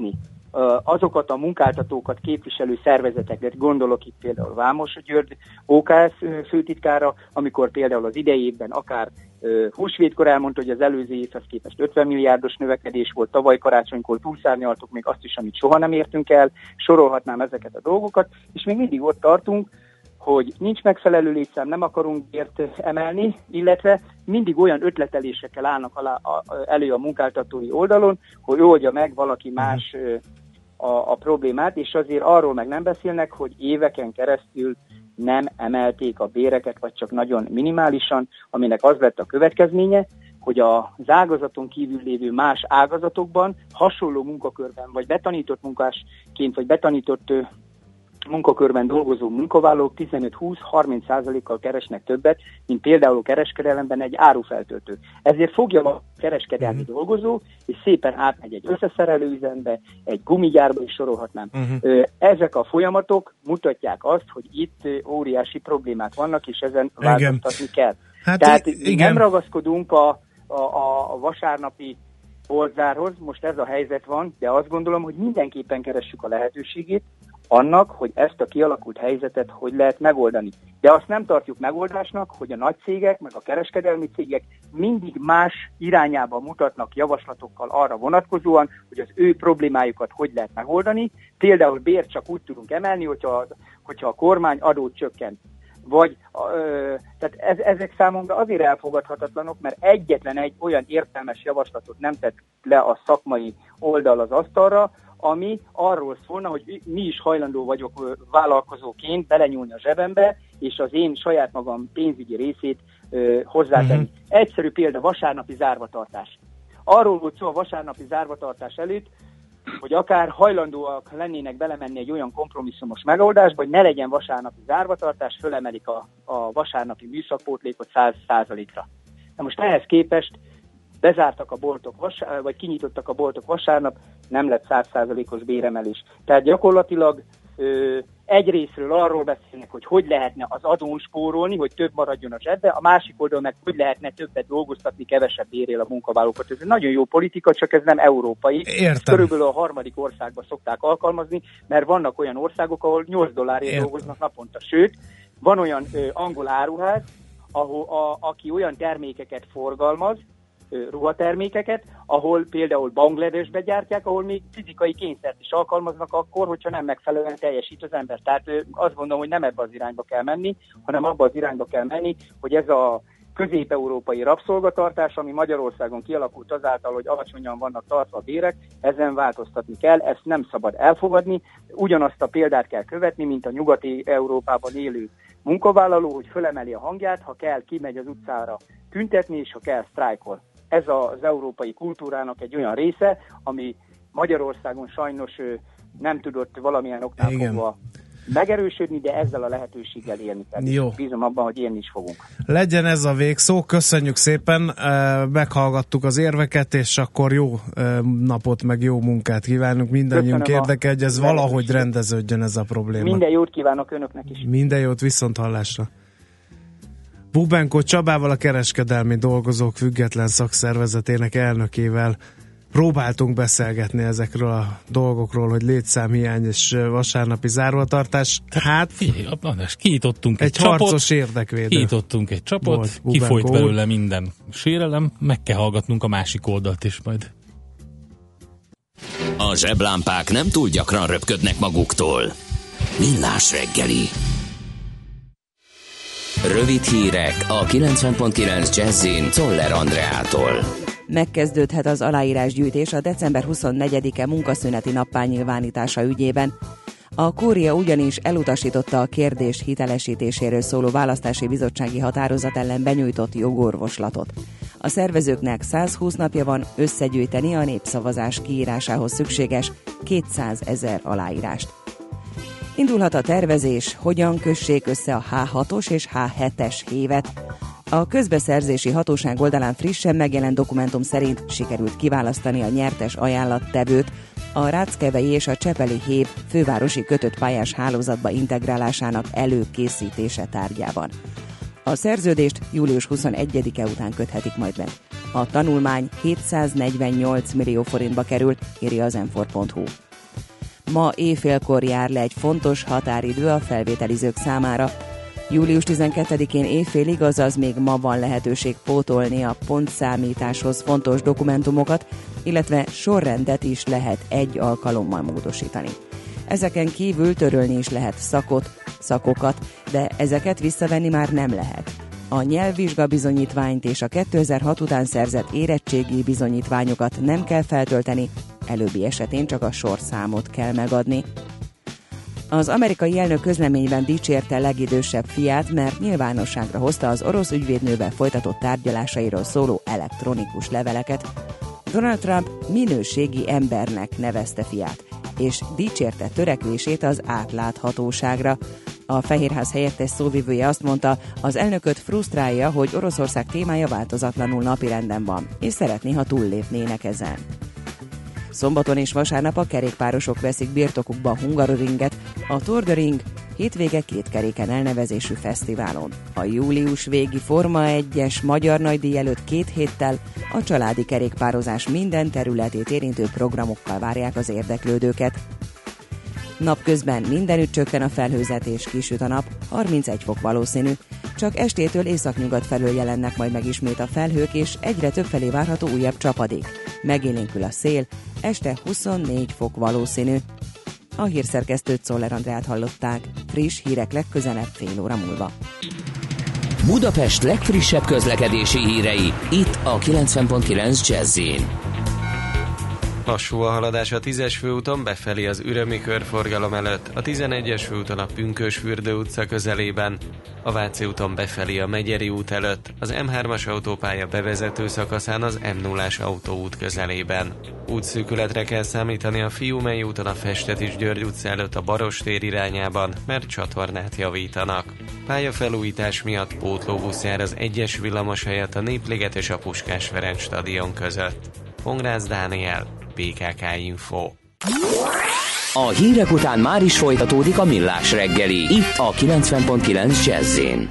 azokat a munkáltatókat képviselő szervezeteket, gondolok itt például Vámos György OKS főtitkára, amikor például az idei évben akár húsvétkor elmondta, hogy az előző évhez képest 50 milliárdos növekedés volt, tavaly karácsonykor túlszárnyaltuk még azt is, amit soha nem értünk el, sorolhatnám ezeket a dolgokat, és még mindig ott tartunk, hogy nincs megfelelő létszám, nem akarunk bért emelni, illetve mindig olyan ötletelésekkel állnak elő a munkáltatói oldalon, hogy oldja meg valaki más a problémát, és azért arról meg nem beszélnek, hogy éveken keresztül nem emelték a béreket, vagy csak nagyon minimálisan, aminek az lett a következménye, hogy az ágazaton kívül lévő más ágazatokban hasonló munkakörben, vagy betanított munkásként, vagy betanított munkakörben dolgozó munkavállalók 15-20-30%-kal keresnek többet, mint például a kereskedelemben egy árufeltöltő. Ezért fogja a kereskedelmi dolgozó, és szépen átmegy egy összeszerelőüzembe, egy gumigyárba is sorolhatnám. Ezek a folyamatok mutatják azt, hogy itt óriási problémák vannak, és ezen változtatni kell. Hát tehát nem ragaszkodunk a vasárnapi boltzárhoz, most ez a helyzet van, de azt gondolom, hogy mindenképpen keressük a lehetőségét annak, hogy ezt a kialakult helyzetet hogy lehet megoldani. De azt nem tartjuk megoldásnak, hogy a nagy cégek, meg a kereskedelmi cégek mindig más irányába mutatnak javaslatokkal arra vonatkozóan, hogy az ő problémájukat hogy lehet megoldani. Például bért csak úgy tudunk emelni, hogyha a kormány adót csökkent. Tehát ezek számomra azért elfogadhatatlanok, mert egyetlen egy olyan értelmes javaslatot nem tett le a szakmai oldal az asztalra, ami arról szólna, hogy mi is hajlandó vagyok vállalkozóként belenyúlni a zsebembe, és az én saját magam pénzügyi részét hozzátenni. Egyszerű példa, vasárnapi zárvatartás. Arról volt szó a vasárnapi zárvatartás előtt, hogy akár hajlandóak lennének belemenni egy olyan kompromisszumos megoldásba, hogy ne legyen vasárnapi zárvatartás, fölemelik a vasárnapi műszakpótlékot 100%-ra. Na most ehhez képest bezártak a boltok, vagy kinyitottak a boltok vasárnap, nem lett 100%-os béremelés. Tehát gyakorlatilag egyrészről arról beszélnek, hogy lehetne az adón spórolni, hogy több maradjon a zsebbe, a másik oldalon meg hogy lehetne többet dolgoztatni, kevesebb bérrel a munkavállalókat. Ez egy nagyon jó politika, csak ez nem európai. Értem. Körülbelül a harmadik országban szokták alkalmazni, mert vannak olyan országok, ahol $8 dolgoznak naponta. Sőt, van olyan angol áruház, aki olyan termékeket forgalmaz, ruhatermékeket, ahol például Bangladesbe gyártják, ahol még fizikai kényszert is alkalmaznak akkor, hogyha nem megfelelően teljesít az ember. Tehát azt gondolom, hogy nem ebbe az irányba kell menni, hanem abba az irányba kell menni, hogy ez a közép-európai rabszolgatartás, ami Magyarországon kialakult azáltal, hogy alacsonyan vannak tartva a bérek, ezen változtatni kell, ezt nem szabad elfogadni, ugyanazt a példát kell követni, mint a nyugati Európában élő munkavállaló, hogy fölemeli a hangját, ha kell, kimegy az utcára tüntetni, és ha kell, sztrájkol. Ez az európai kultúrának egy olyan része, ami Magyarországon sajnos nem tudott valamilyen oknál fogva megerősödni, de ezzel a lehetőséggel élni kell. Jó. Bízom abban, hogy élni is fogunk. Legyen ez a végszó, köszönjük szépen, meghallgattuk az érveket, és akkor jó napot, meg jó munkát kívánunk. Mindannyiunk érdeke, hogy ez valahogy rendeződjön ez a probléma. Minden jót kívánok önöknek is. Minden jót, viszonthallásra. Bubenko Csabával, a Kereskedelmi Dolgozók Független Szakszervezetének elnökével próbáltunk beszélgetni ezekről a dolgokról, hogy létszámhiány és vasárnapi zárvatartás. Hát figyelj, kinyitottunk egy csapot, harcos érdekvédő. Kinyitottunk egy csapot, kifolyt belőle minden sérelem, meg kell hallgatnunk a másik oldalt is majd. A zseblámpák nem túl gyakran röpködnek maguktól. Millás reggeli. Rövid hírek a 90.9 Jazzin Czoller Andreától. Megkezdődhet az aláírásgyűjtés a december 24-e munkaszüneti nappálnyilvánítása ügyében. A kúria ugyanis elutasította a kérdés hitelesítéséről szóló választási bizottsági határozat ellen benyújtott jogorvoslatot. A szervezőknek 120 napja van összegyűjteni a népszavazás kiírásához szükséges 200 000 aláírást. Indulhat a tervezés, hogyan kössék össze a H6-os és H7-es hévet. A közbeszerzési hatóság oldalán frissen megjelent dokumentum szerint sikerült kiválasztani a nyertes ajánlattevőt a Ráckevei és a Csepeli hév fővárosi kötött pályás hálózatba integrálásának előkészítése tárgyában. A szerződést július 21-e után köthetik majd be. A tanulmány 748 millió forintba került, írja az m4.hu. Ma éjfélkor jár le egy fontos határidő a felvételizők számára. Július 12-én éjfélig, azaz még ma van lehetőség pótolni a pontszámításhoz fontos dokumentumokat, illetve sorrendet is lehet egy alkalommal módosítani. Ezeken kívül törölni is lehet szakokat, de ezeket visszavenni már nem lehet. A nyelvvizsga bizonyítványt és a 2006 után szerzett érettségi bizonyítványokat nem kell feltölteni, előbbi esetén csak a sorszámot kell megadni. Az amerikai elnök közleményben dicsérte legidősebb fiát, mert nyilvánosságra hozta az orosz ügyvédnővel folytatott tárgyalásairól szóló elektronikus leveleket. Donald Trump minőségi embernek nevezte fiát, és dicsérte törekvését az átláthatóságra. A Fehérház helyettes szóvivője azt mondta, az elnököt frusztrálja, hogy Oroszország témája változatlanul napirenden van, és szeretné, ha túllépnének ezen. Szombaton és vasárnap a kerékpárosok veszik birtokukba a Hungaroringet, a Tour de Ring hétvége két keréken elnevezésű fesztiválon. A július végi Forma 1-es magyar nagydíj előtt 2 héttel a családi kerékpározás minden területét érintő programokkal várják az érdeklődőket. Napközben mindenütt csökken a felhőzet és kisüt a nap, 31 fok valószínű. Csak estétől északnyugat felől jelennek majd meg ismét a felhők, és egyre többfelé várható újabb csapadék. Megélénkül a szél, este 24 fok valószínű. A hírszerkesztőt, Czoller Andrát hallották. Friss hírek legközelebb fél óra múlva. Budapest legfrissebb közlekedési hírei, itt a 90.9 Jazz-in. Lassú a haladás a 10-es főúton befelé az Ürömi körforgalom előtt, a 11-es főúton a Pünkösfürdő utca közelében, a Váci úton befelé a Megyeri út előtt, az M3-as autópálya bevezető szakaszán az M0-as autóút közelében. Útszűkületre kell számítani a Fiumei úton a Festetis György utca előtt a Barostér irányában, mert csatornát javítanak. Pályafelújítás miatt pótlóbusz jár az 1-es villamos helyett a Népliget és a Puskás Ferenc stadion között. Pongrácz Dániel, BKK Info. A hírek után már is folytatódik a Millás reggeli, itt a 90.9 Jazz-in.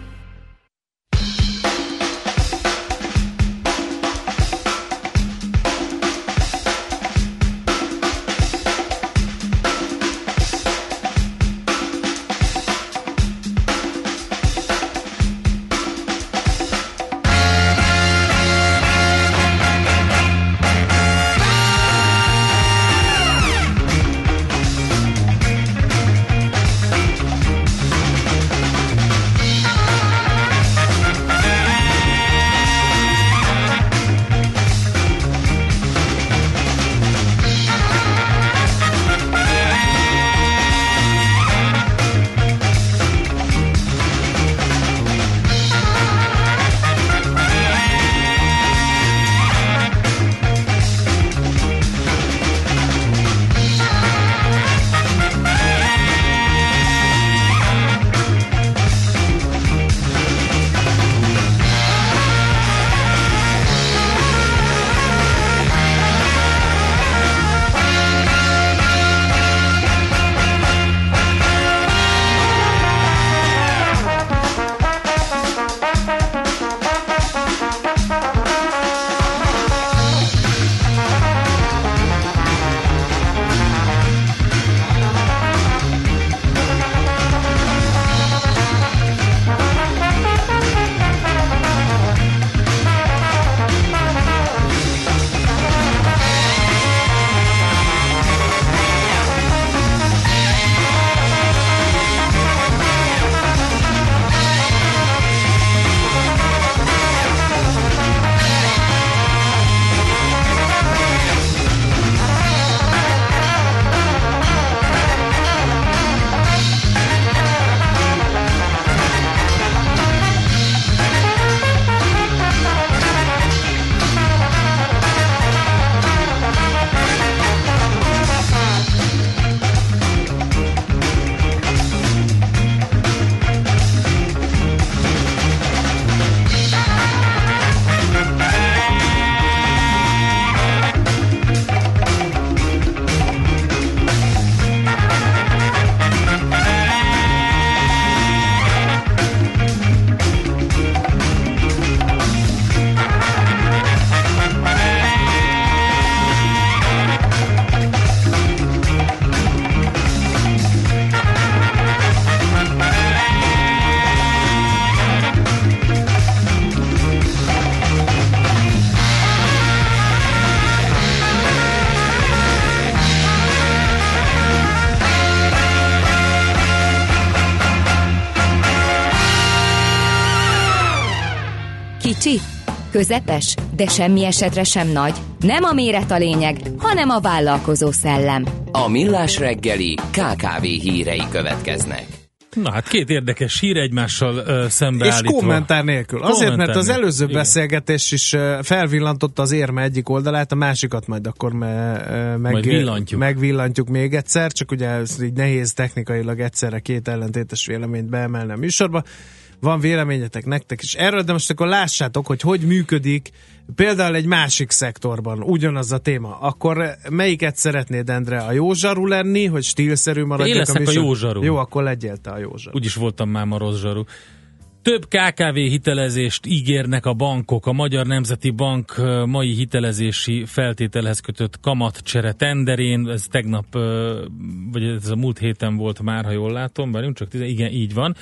Kicsi? Közepes? De semmi esetre sem nagy. Nem a méret a lényeg, hanem a vállalkozó szellem. A Millás reggeli KKV hírei következnek. Na hát két érdekes hír egymással szembeállítva. És kommentár nélkül. Azért, mert az előző beszélgetés is felvillantotta az érme egyik oldalát, a másikat majd akkor megvillantjuk még egyszer, csak ugye ez így nehéz technikailag egyszerre két ellentétes véleményt beemelni a műsorba. Van véleményetek nektek is erről, de most akkor lássátok, hogy működik például egy másik szektorban ugyanaz a téma. Akkor melyiket szeretnéd, Endre? A jó zsaru lenni, hogy stílszerű maradjak? Én leszek a jó zsaru. Jó, akkor legyél te a jó zsaru. Úgyis voltam már ma rossz zsaru. Több KKV hitelezést ígérnek a bankok. A Magyar Nemzeti Bank mai hitelezési feltételhez kötött kamatcsere tenderén, ez tegnap, vagy ez a múlt héten volt már, ha jól látom, bár csak igen, így van.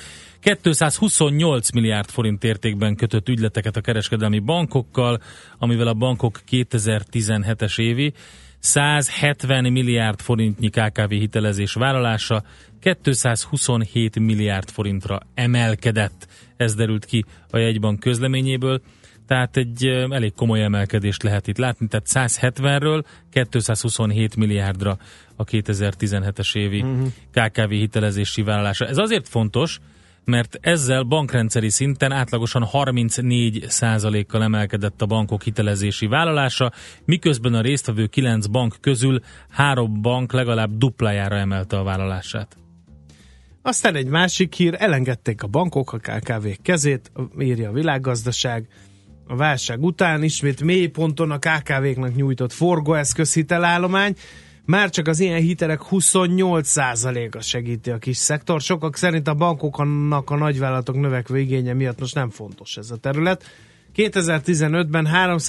228 milliárd forint értékben kötött ügyleteket a kereskedelmi bankokkal, amivel a bankok 2017-es évi 170 milliárd forintnyi KKV hitelezés vállalása 227 milliárd forintra emelkedett. Ez derült ki a jegybank közleményéből, tehát egy elég komoly emelkedést lehet itt látni, tehát 170-ről 227 milliárdra a 2017-es évi KKV hitelezési vállalása. Ez azért fontos, mert ezzel bankrendszeri szinten átlagosan 34%-kal emelkedett a bankok hitelezési vállalása, miközben a résztvevő 9 bank közül 3 bank legalább duplájára emelte a vállalását. Aztán egy másik hír, elengedték a bankok a KKV-k kezét, írja a Világgazdaság. A válság után ismét mély ponton a KKV-knak nyújtott forgóeszköz hitelállomány. Már csak az ilyen hitelek 28%-a segíti a kis szektor. Sokak szerint a bankoknak a nagyvállalatok növekvő igénye miatt most nem fontos ez a terület. 2015-ben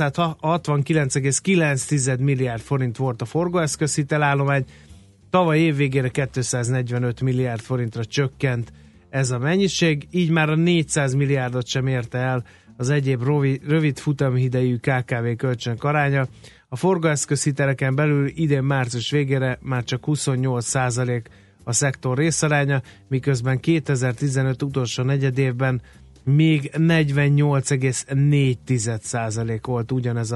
369,9 milliárd forint volt a forgóeszköz hitelállomány, tavaly évvégére 245 milliárd forintra csökkent ez a mennyiség, így már a 400 milliárdot sem érte el az egyéb rövid futamidejű KKV kölcsönök aránya. A forgóeszközhiteleken belül idén március végére már csak 28% a szektor részaránya, miközben 2015 utolsó negyedévben még 48,4% volt ugyanez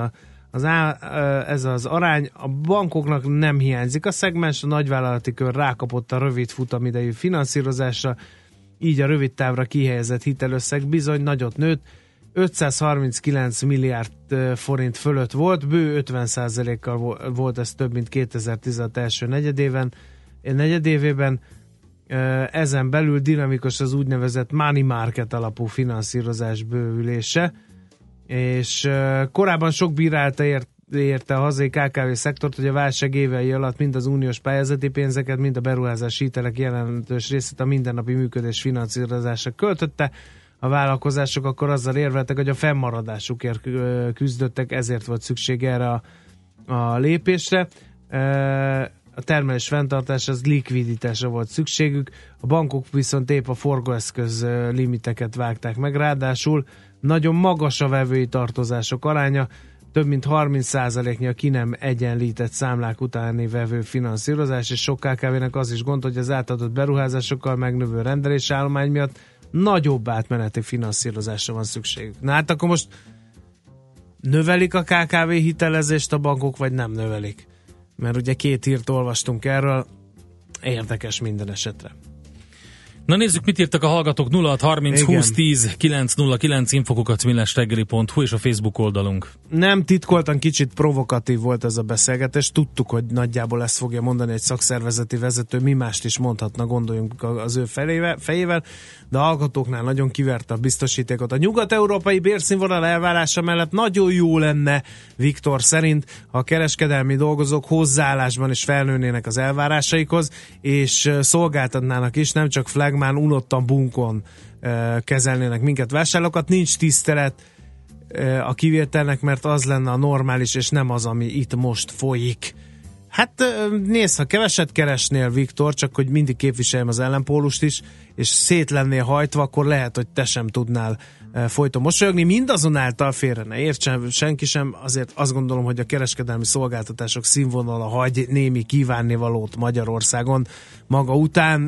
ez az arány. A bankoknak nem hiányzik a szegmens, a nagyvállalati kör rákapott a rövid futamidejű finanszírozásra, így a rövid távra kihelyezett hitelösszeg bizony nagyot nőtt, 539 milliárd forint fölött volt, bő 50%-kal volt ez több, mint 2016 első negyedévében. Ezen belül dinamikus az úgynevezett money market alapú finanszírozás bővülése, és korábban sok bírálta érte a hazai KKV szektort, hogy a válság évei alatt mind az uniós pályázati pénzeket, mind a beruházási hitelek jelentős részét a mindennapi működés finanszírozásra költötte. A vállalkozások akkor azzal érveltek, hogy a fennmaradásukért küzdöttek, ezért volt szükség erre a lépésre. A termelés fenntartás, az likviditásra volt szükségük, a bankok viszont épp a forgóeszköz limiteket vágták meg, ráadásul nagyon magas a vevői tartozások aránya, több mint 30%-nyi a ki nem egyenlített számlák utáni vevő finanszírozás, és sok KKV-nek az is gond, hogy az átadott beruházásokkal megnövő rendelésállomány miatt nagyobb átmeneti finanszírozásra van szükségük. Na hát akkor most növelik a KKV hitelezést a bankok, vagy nem növelik? Mert ugye két hírt olvastunk erről, érdekes minden esetre. Na nézzük, mit írtak a hallgatók. 0630 20 10 909 info@millásreggeli.hu és a Facebook oldalunk. Nem titkoltan kicsit provokatív volt ez a beszélgetés. Tudtuk, hogy nagyjából ezt fogja mondani egy szakszervezeti vezető, mi mást is mondhatna, gondoljunk az ő fejével, de a hallgatóknál nagyon kiverte a biztosítékot. A nyugat-európai bérszínvonal elvárása mellett nagyon jó lenne, Viktor szerint, ha a kereskedelmi dolgozók hozzáállásban is felnőnének az elvárásaikhoz, és szolgáltatnának is, nem csak flagmán, unottan bunkon kezelnének minket vásárlókat. Nincs tisztelet a kivételnek, mert az lenne a normális, és nem az, ami itt most folyik. Hát nézd, ha keveset keresnél, Viktor, csak hogy mindig képviseljem az ellenpólust is, és szét lennél hajtva, akkor lehet, hogy te sem tudnál folyton mosolyogni. Mindazonáltal félre ne értsen senki sem, azért azt gondolom, hogy a kereskedelmi szolgáltatások színvonala hagy némi kívánnivalót Magyarországon maga után,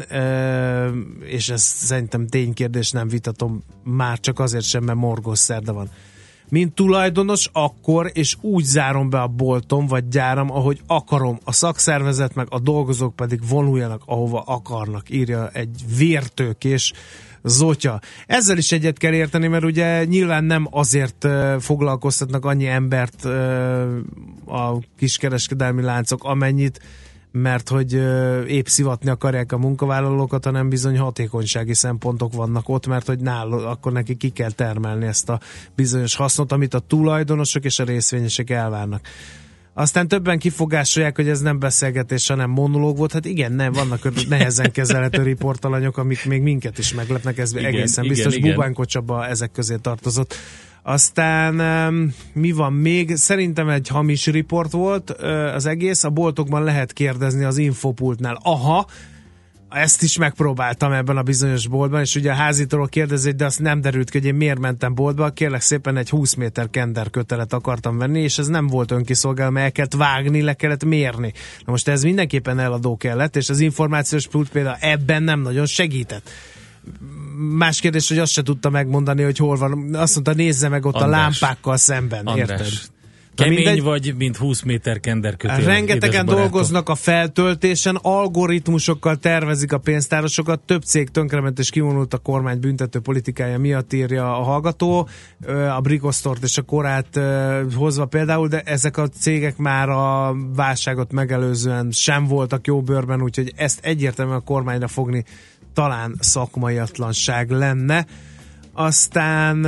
és ez szerintem ténykérdés, nem vitatom, már csak azért sem, mert morgós szerda van. mint tulajdonos, akkor és úgy zárom be a boltom vagy gyáram, ahogy akarom. A szakszervezet meg a dolgozók pedig vonuljanak, ahova akarnak, írja egy vértőkés Zotya. Ezzel is egyet kell érteni, mert ugye nyilván nem azért foglalkoztatnak annyi embert a kiskereskedelmi láncok, amennyit, mert hogy épp szivatni akarják a munkavállalókat, hanem bizony hatékonysági szempontok vannak ott, mert hogy akkor neki ki kell termelni ezt a bizonyos hasznot, amit a tulajdonosok és a részvényesek elvárnak. Aztán többen kifogásolják, hogy ez nem beszélgetés, hanem monológ volt. Hát igen, nem, vannak nehezen kezelhető riportalanyok, amik még minket is meglepnek, ez igen, egészen biztos. Bubánko Csaba ezek közé tartozott. Aztán mi van még? Szerintem egy hamis riport volt az egész. A boltokban lehet kérdezni az infopultnál. Aha, ezt is megpróbáltam ebben a bizonyos boltban, és ugye a házitról kérdezik, de azt nem derült ki, hogy én miért mentem boltba. Kérlek szépen, egy 20 méter kender kötelet akartam venni, és ez nem volt önkiszolgáló, mert el kellett vágni, le kellett mérni. Na most ez mindenképpen eladó kellett, és az információs pult például ebben nem nagyon segített. Más kérdés, hogy azt se tudta megmondani, hogy hol van. Azt mondta, nézze meg ott András, a lámpákkal szemben. András. Érted? Kemény mindegy, vagy, mint 20 méter kenderkötél. Rengetegen dolgoznak a feltöltésen, algoritmusokkal tervezik a pénztárasokat, több cég tönkrement és kivonult a kormány büntető politikája miatt, írja a hallgató, a Bricosztort és a Korát hozva például, de ezek a cégek már a válságot megelőzően sem voltak jó bőrben, úgyhogy ezt egyértelműen a kormányra fogni talán szakmaiatlanság lenne. Aztán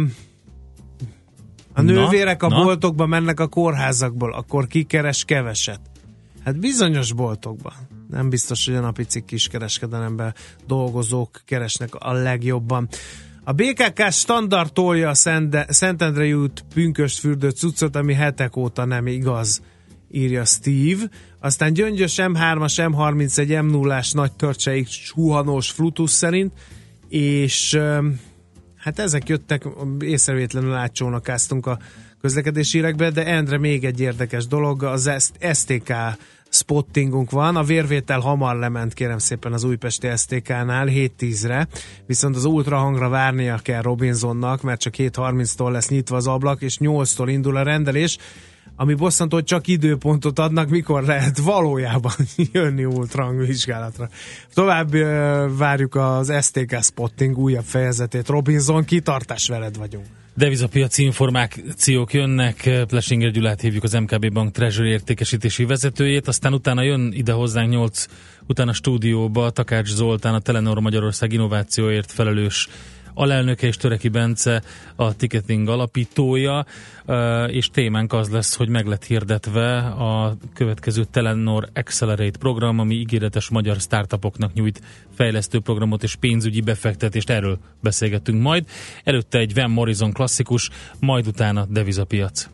a nővérek a boltokba mennek a kórházakból, akkor ki keres keveset? Hát bizonyos boltokban. Nem biztos, hogy a napi cikk kiskereskedelemben dolgozók keresnek a legjobban. A BKK standard tolja a Szentendrei út Pünkösdfürdő cuccot, ami hetek óta nem igaz, írja Steve. Aztán Gyöngyös M3-as, M31, M0-ás nagy törcseik suhanós Flutus szerint, és hát ezek jöttek, észrevétlenül átcsónakáztunk a közlekedési hírekbe, de Endre, még egy érdekes dolog, az STK spottingunk van, a vérvétel hamar lement, kérem szépen, az újpesti STK-nál 7-10-re, viszont az ultrahangra várnia kell Robinsonnak, mert csak 7:30-tól lesz nyitva az ablak, és 8-tól indul a rendelés, ami bosszantó, hogy csak időpontot adnak, mikor lehet valójában jönni ultrahang vizsgálatra. Tovább várjuk az STK Spotting újabb fejezetét. Robinson, kitartás, veled vagyunk. Devizapiaci információk jönnek, Plesinger Gyulát hívjuk, az MKB Bank Treasury értékesítési vezetőjét, aztán utána jön ide hozzánk 8 után a stúdióba Takács Zoltán, a Telenor Magyarország innovációért felelős alelnöke, és Töreki Bence, a ticketing alapítója, és témánk az lesz, hogy meg lett hirdetve a következő Telenor Accelerate program, ami ígéretes magyar startupoknak nyújt fejlesztő programot és pénzügyi befektetést, erről beszélgettünk majd. Előtte egy Van Morrison klasszikus, majd utána devizapiac.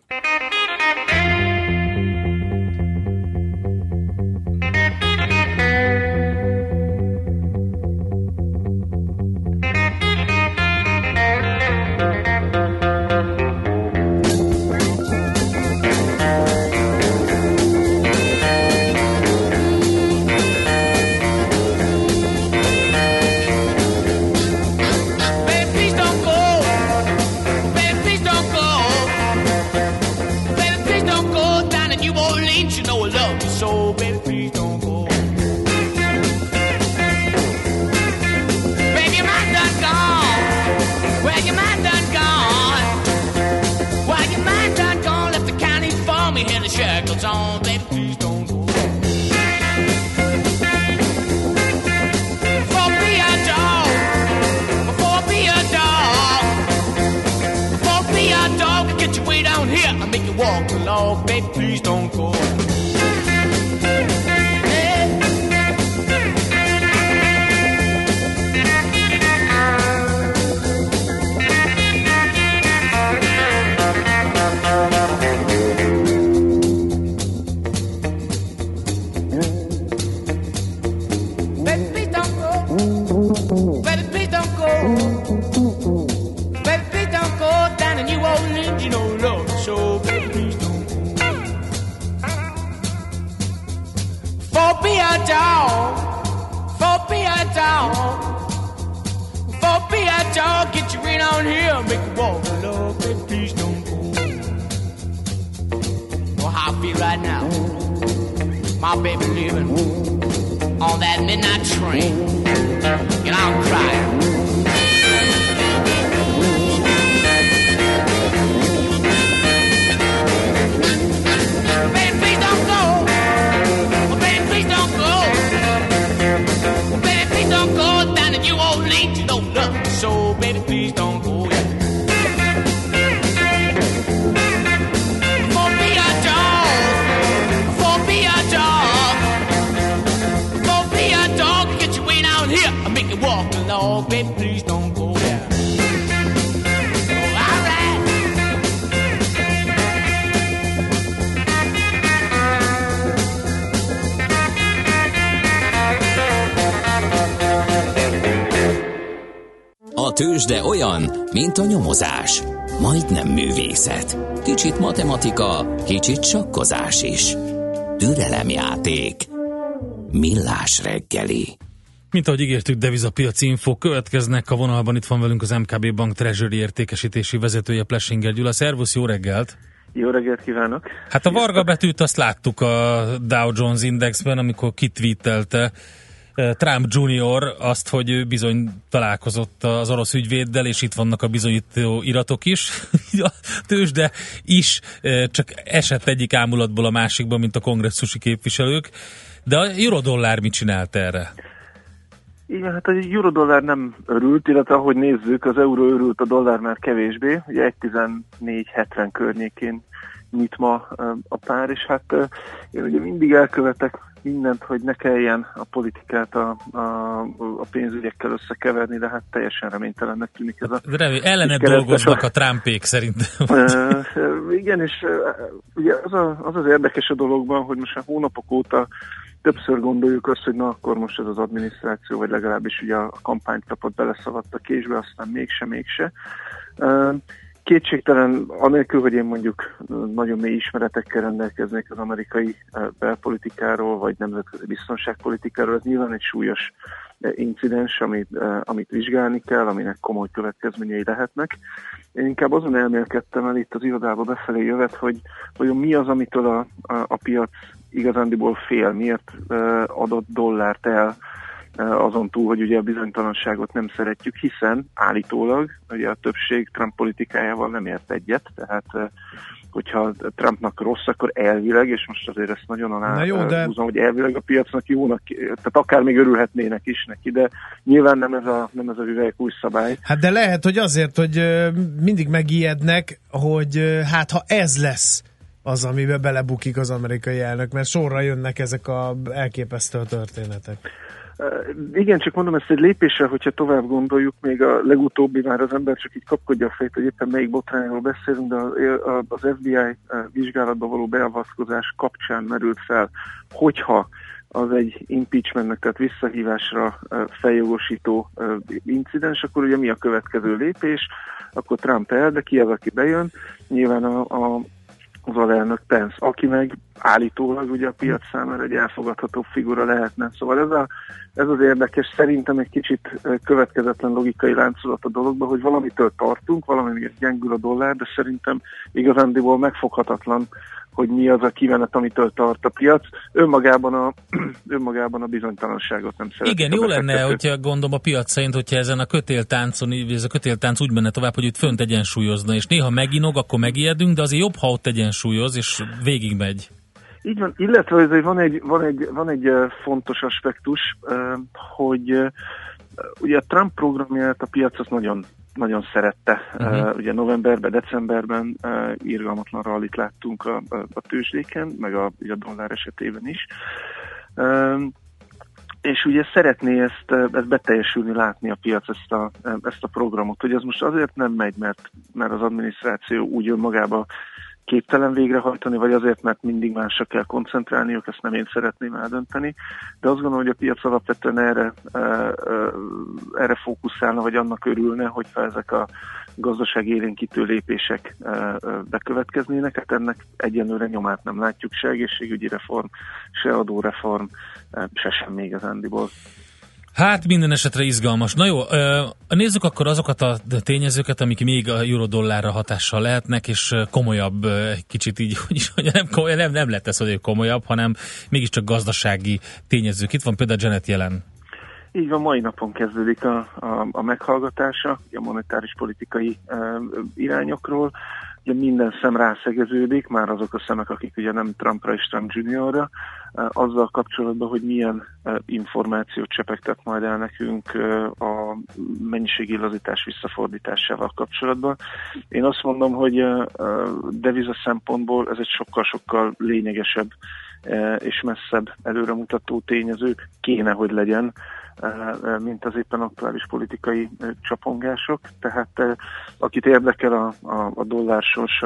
y'all get your rain on here, make it walk, love, baby, please don't go. Well, how I feel right now, my baby leaving on that midnight train, and I'm crying. Baby, please don't go. Oh, baby, please don't go. Oh, baby, please don't go down to New Orleans, you don't love me so, baby, please don't go. Yeah. For be a dog, for be a dog, for be a dog, get your way down here, I make it walk along, baby, please don't go. Yeah. Oh, all right. A tőzsde olyan, mint a nyomozás. Majdnem művészet. Kicsit matematika, kicsit sakkozás is. Türelemjáték. Millás reggeli. Mint ahogy ígértük, devizapiaci infók következnek. A vonalban itt van velünk az MKB Bank Treasury értékesítési vezetője, Plessinger Gyula. Szervusz, jó reggelt! Jó reggelt kívánok! Hát a varga betűt azt láttuk a Dow Jones Indexben, amikor kitweetelte Trump Jr. azt, hogy ő bizony találkozott az orosz ügyvéddel, és itt vannak a bizonyító iratok is. A tőzsde is csak esett egyik ámulatból a másikba, mint a kongresszusi képviselők. De a eurodollár mit csinált erre? Igen, hát a eurodollár nem örült, illetve ahogy nézzük, az euró örült, a dollár már kevésbé. Ugye 1,1470 környékén nyit ma a pár, és hát én ugye mindig elkövetek mindent, hogy ne kelljen a politikát a pénzügyekkel összekeverni, de hát teljesen reménytelennek tűnik ez a... Ellened dolgoznak a Trumpék szerintem. Igen, és ugye az érdekes a dologban, hogy most a hónapok óta többször gondoljuk azt, hogy na akkor most ez az adminisztráció, vagy legalábbis ugye a kampánycsapat beleszavadt a késbe, aztán mégse. Kétségtelen, anélkül, hogy én mondjuk nagyon mély ismeretekkel rendelkeznék az amerikai belpolitikáról, vagy nemzetközi biztonságpolitikáról, ez nyilván egy súlyos incidens, amit vizsgálni kell, aminek komoly következményei lehetnek. Én inkább azon elmélkedtem el itt az irodába befelé jövet, hogy mi az, amitől a piac igazándiból fél, miért adott dollárt el, azon túl, hogy ugye a bizonytalanságot nem szeretjük, hiszen állítólag ugye a többség Trump politikájával nem ért egyet, tehát hogyha Trumpnak rossz, akkor elvileg, és most azért ezt nagyon aláhúzom, hogy elvileg a piacnak jónak, tehát akár még örülhetnének is neki, de nyilván nem ez a hüvelyk új szabály. Hát de lehet, hogy azért, hogy mindig megijednek, hogy hát ha ez lesz az, amiben belebukik az amerikai elnök, mert sorra jönnek ezek az elképesztő történetek. Igen, csak mondom, ezt egy lépéssel, hogyha tovább gondoljuk, még a legutóbbi már az ember csak így kapkodja a fejét, hogy éppen melyik botrányról beszélünk, de az FBI vizsgálatba való beavatkozás kapcsán merült fel, hogyha az egy impeachmentnek, tehát visszahívásra feljogosító incidens, akkor ugye mi a következő lépés? Akkor Trump el, de ki az, aki bejön? Nyilván az alelnök Pence, aki meg állítólag ugye a piac számára egy elfogadható figura lehetne. Szóval ez az érdekes, szerintem egy kicsit következetlen logikai láncolat a dologban, hogy valamitől tartunk, valami gyengül a dollár, de szerintem igazándiból megfoghatatlan, hogy mi az a kimenet, amitől tart a piac. Önmagában a bizonytalanságot nem szeretnék. Igen, jó lenne, hogyha gondolom a piac szerint, hogyha ezen a kötéltáncon, ez a kötéltánc úgy menne tovább, hogy itt fönt egyensúlyozna, és néha meginog, akkor megijedünk, de azért jobb, ha ott egyensúlyoz, és végigmegy. Így van, illetve van egy fontos aspektus, hogy ugye a Trump programját a piac az nagyon, nagyon szerette. Ugye novemberben, decemberben irgalmatlan rallit láttunk a tőzsdéken, meg a dollár esetében is. És ugye szeretné ezt beteljesülni, látni a piac ezt a programot, hogy ez most azért nem megy, mert az adminisztráció úgy önmagába képtelen végrehajtani, vagy azért, mert mindig másra kell koncentrálniuk, ezt nem én szeretném eldönteni, de azt gondolom, hogy a piac alapvetően erre fókuszálna, vagy annak örülne, hogyha ezek a gazdasági élénkítő lépések bekövetkeznének, hát ennek egyenlőre nyomát nem látjuk, se egészségügyi reform, se adóreform, se semmi igazándiból. Hát minden esetre izgalmas. Na jó, nézzük akkor azokat a tényezőket, amik még a euro-dollárra hatással lehetnek, és komolyabb, kicsit így, hogy nem lett ez, hogy komolyabb, hanem mégiscsak gazdasági tényezők. Itt van például Janet Yellen. Így van, mai napon kezdődik a meghallgatása a monetáris politikai irányokról. Ugye minden szem rászegeződik, már azok a szemek, akik ugye nem Trumpra és Trump Juniorra, azzal kapcsolatban, hogy milyen információt csepegtet majd el nekünk a mennyiségi lazítás visszafordításával kapcsolatban. Én azt mondom, hogy deviza szempontból ez egy sokkal-sokkal lényegesebb és messzebb előremutató tényező kéne, hogy legyen, mint az éppen aktuális politikai csapongások. Tehát akit érdekel a dollár sorsa,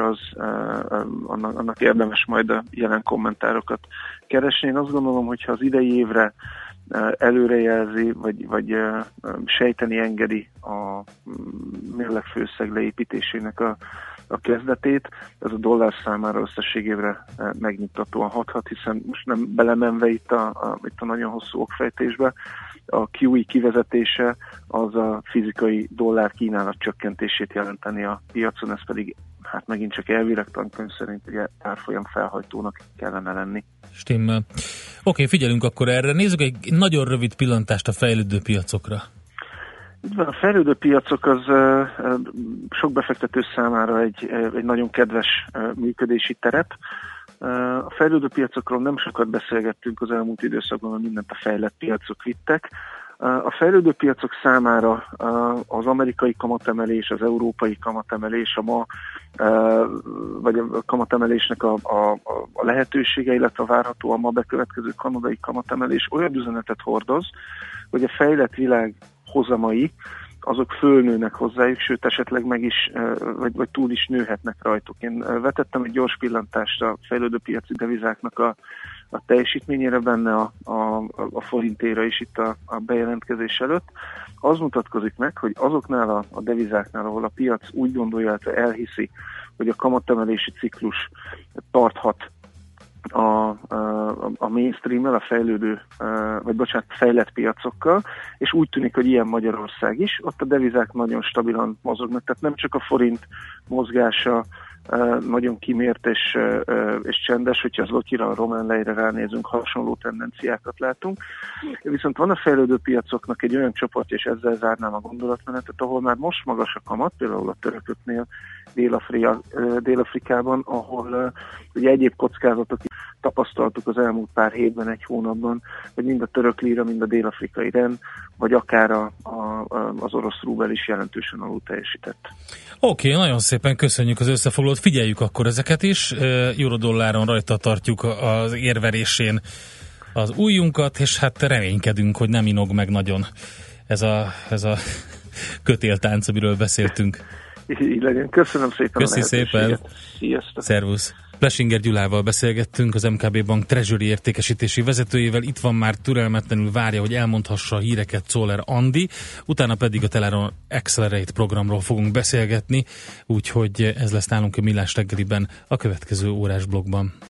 annak érdemes majd a jelen kommentárokat keresni. Én azt gondolom, hogyha az idei évre előrejelzi, vagy sejteni engedi a mérlegfőszeg leépítésének a kezdetét, ez a dollár számára összességévre megnyugtatóan hathat, hiszen most nem belemenve itt a nagyon hosszú okfejtésbe, a QE kivezetése az a fizikai dollár kínálat csökkentését jelenteni a piacon, ez pedig hát megint csak elvileg tankönyv szerint ugye árfolyam felhajtónak kellene lenni. Stimmel. Oké, figyelünk akkor erre. Nézzük egy nagyon rövid pillantást a fejlődő piacokra. A fejlődő piacok az sok befektető számára egy nagyon kedves működési terep. A fejlődő piacokról nem sokat beszélgettünk az elmúlt időszakban, mindent a fejlett piacok vittek. A fejlődő piacok számára az amerikai kamatemelés, az európai kamatemelés, vagy a kamatemelésnek a lehetősége, illetve várható a ma bekövetkező kanadai kamatemelés olyan üzenetet hordoz, hogy a fejlett világ hozamai azok fölnőnek hozzájuk, sőt esetleg meg is, vagy túl is nőhetnek rajtuk. Én vetettem egy gyors pillantást a fejlődő piaci devizáknak a teljesítményére, benne a forintéra is itt a bejelentkezés előtt. Az mutatkozik meg, hogy azoknál a devizáknál, ahol a piac úgy gondolja, illetve elhiszi, hogy a kamatemelési ciklus tarthat a mainstream-mel, a fejlett piacokkal, és úgy tűnik, hogy ilyen Magyarország is, ott a devizák nagyon stabilan mozognak, tehát nem csak a forint mozgása nagyon kimért és csendes, hogyha az zlotira, a román lejre ránézünk, hasonló tendenciákat látunk. Viszont van a fejlődő piacoknak egy olyan csoport, és ezzel zárnám a gondolatmenetet, ahol már most magas a kamat, például a törököknél, Dél-Afrikában, ahol ugye egyéb kockázatok tapasztaltuk az elmúlt pár hétben, egy hónapban, hogy mind a török líra, mind a dél-afrikai ren, vagy akár az orosz rubel is jelentősen alul teljesített. Oké, nagyon szépen köszönjük az összefoglalót, figyeljük akkor ezeket is, eurodolláron rajta tartjuk az érverésén az ujjunkat, és hát reménykedünk, hogy nem inog meg nagyon ez a kötéltánc, amiről beszéltünk. Így legyen. Köszönöm szépen. Köszi szépen. Sziasztok. Szervusz. Plesinger Gyulával beszélgettünk, az MKB Bank Treasury értékesítési vezetőjével. Itt van, már türelmetlenül várja, hogy elmondhassa a híreket Czoller Andi, utána pedig a Teleron Accelerate programról fogunk beszélgetni, úgyhogy ez lesz nálunk a Millás reggeliben a következő órás blogban.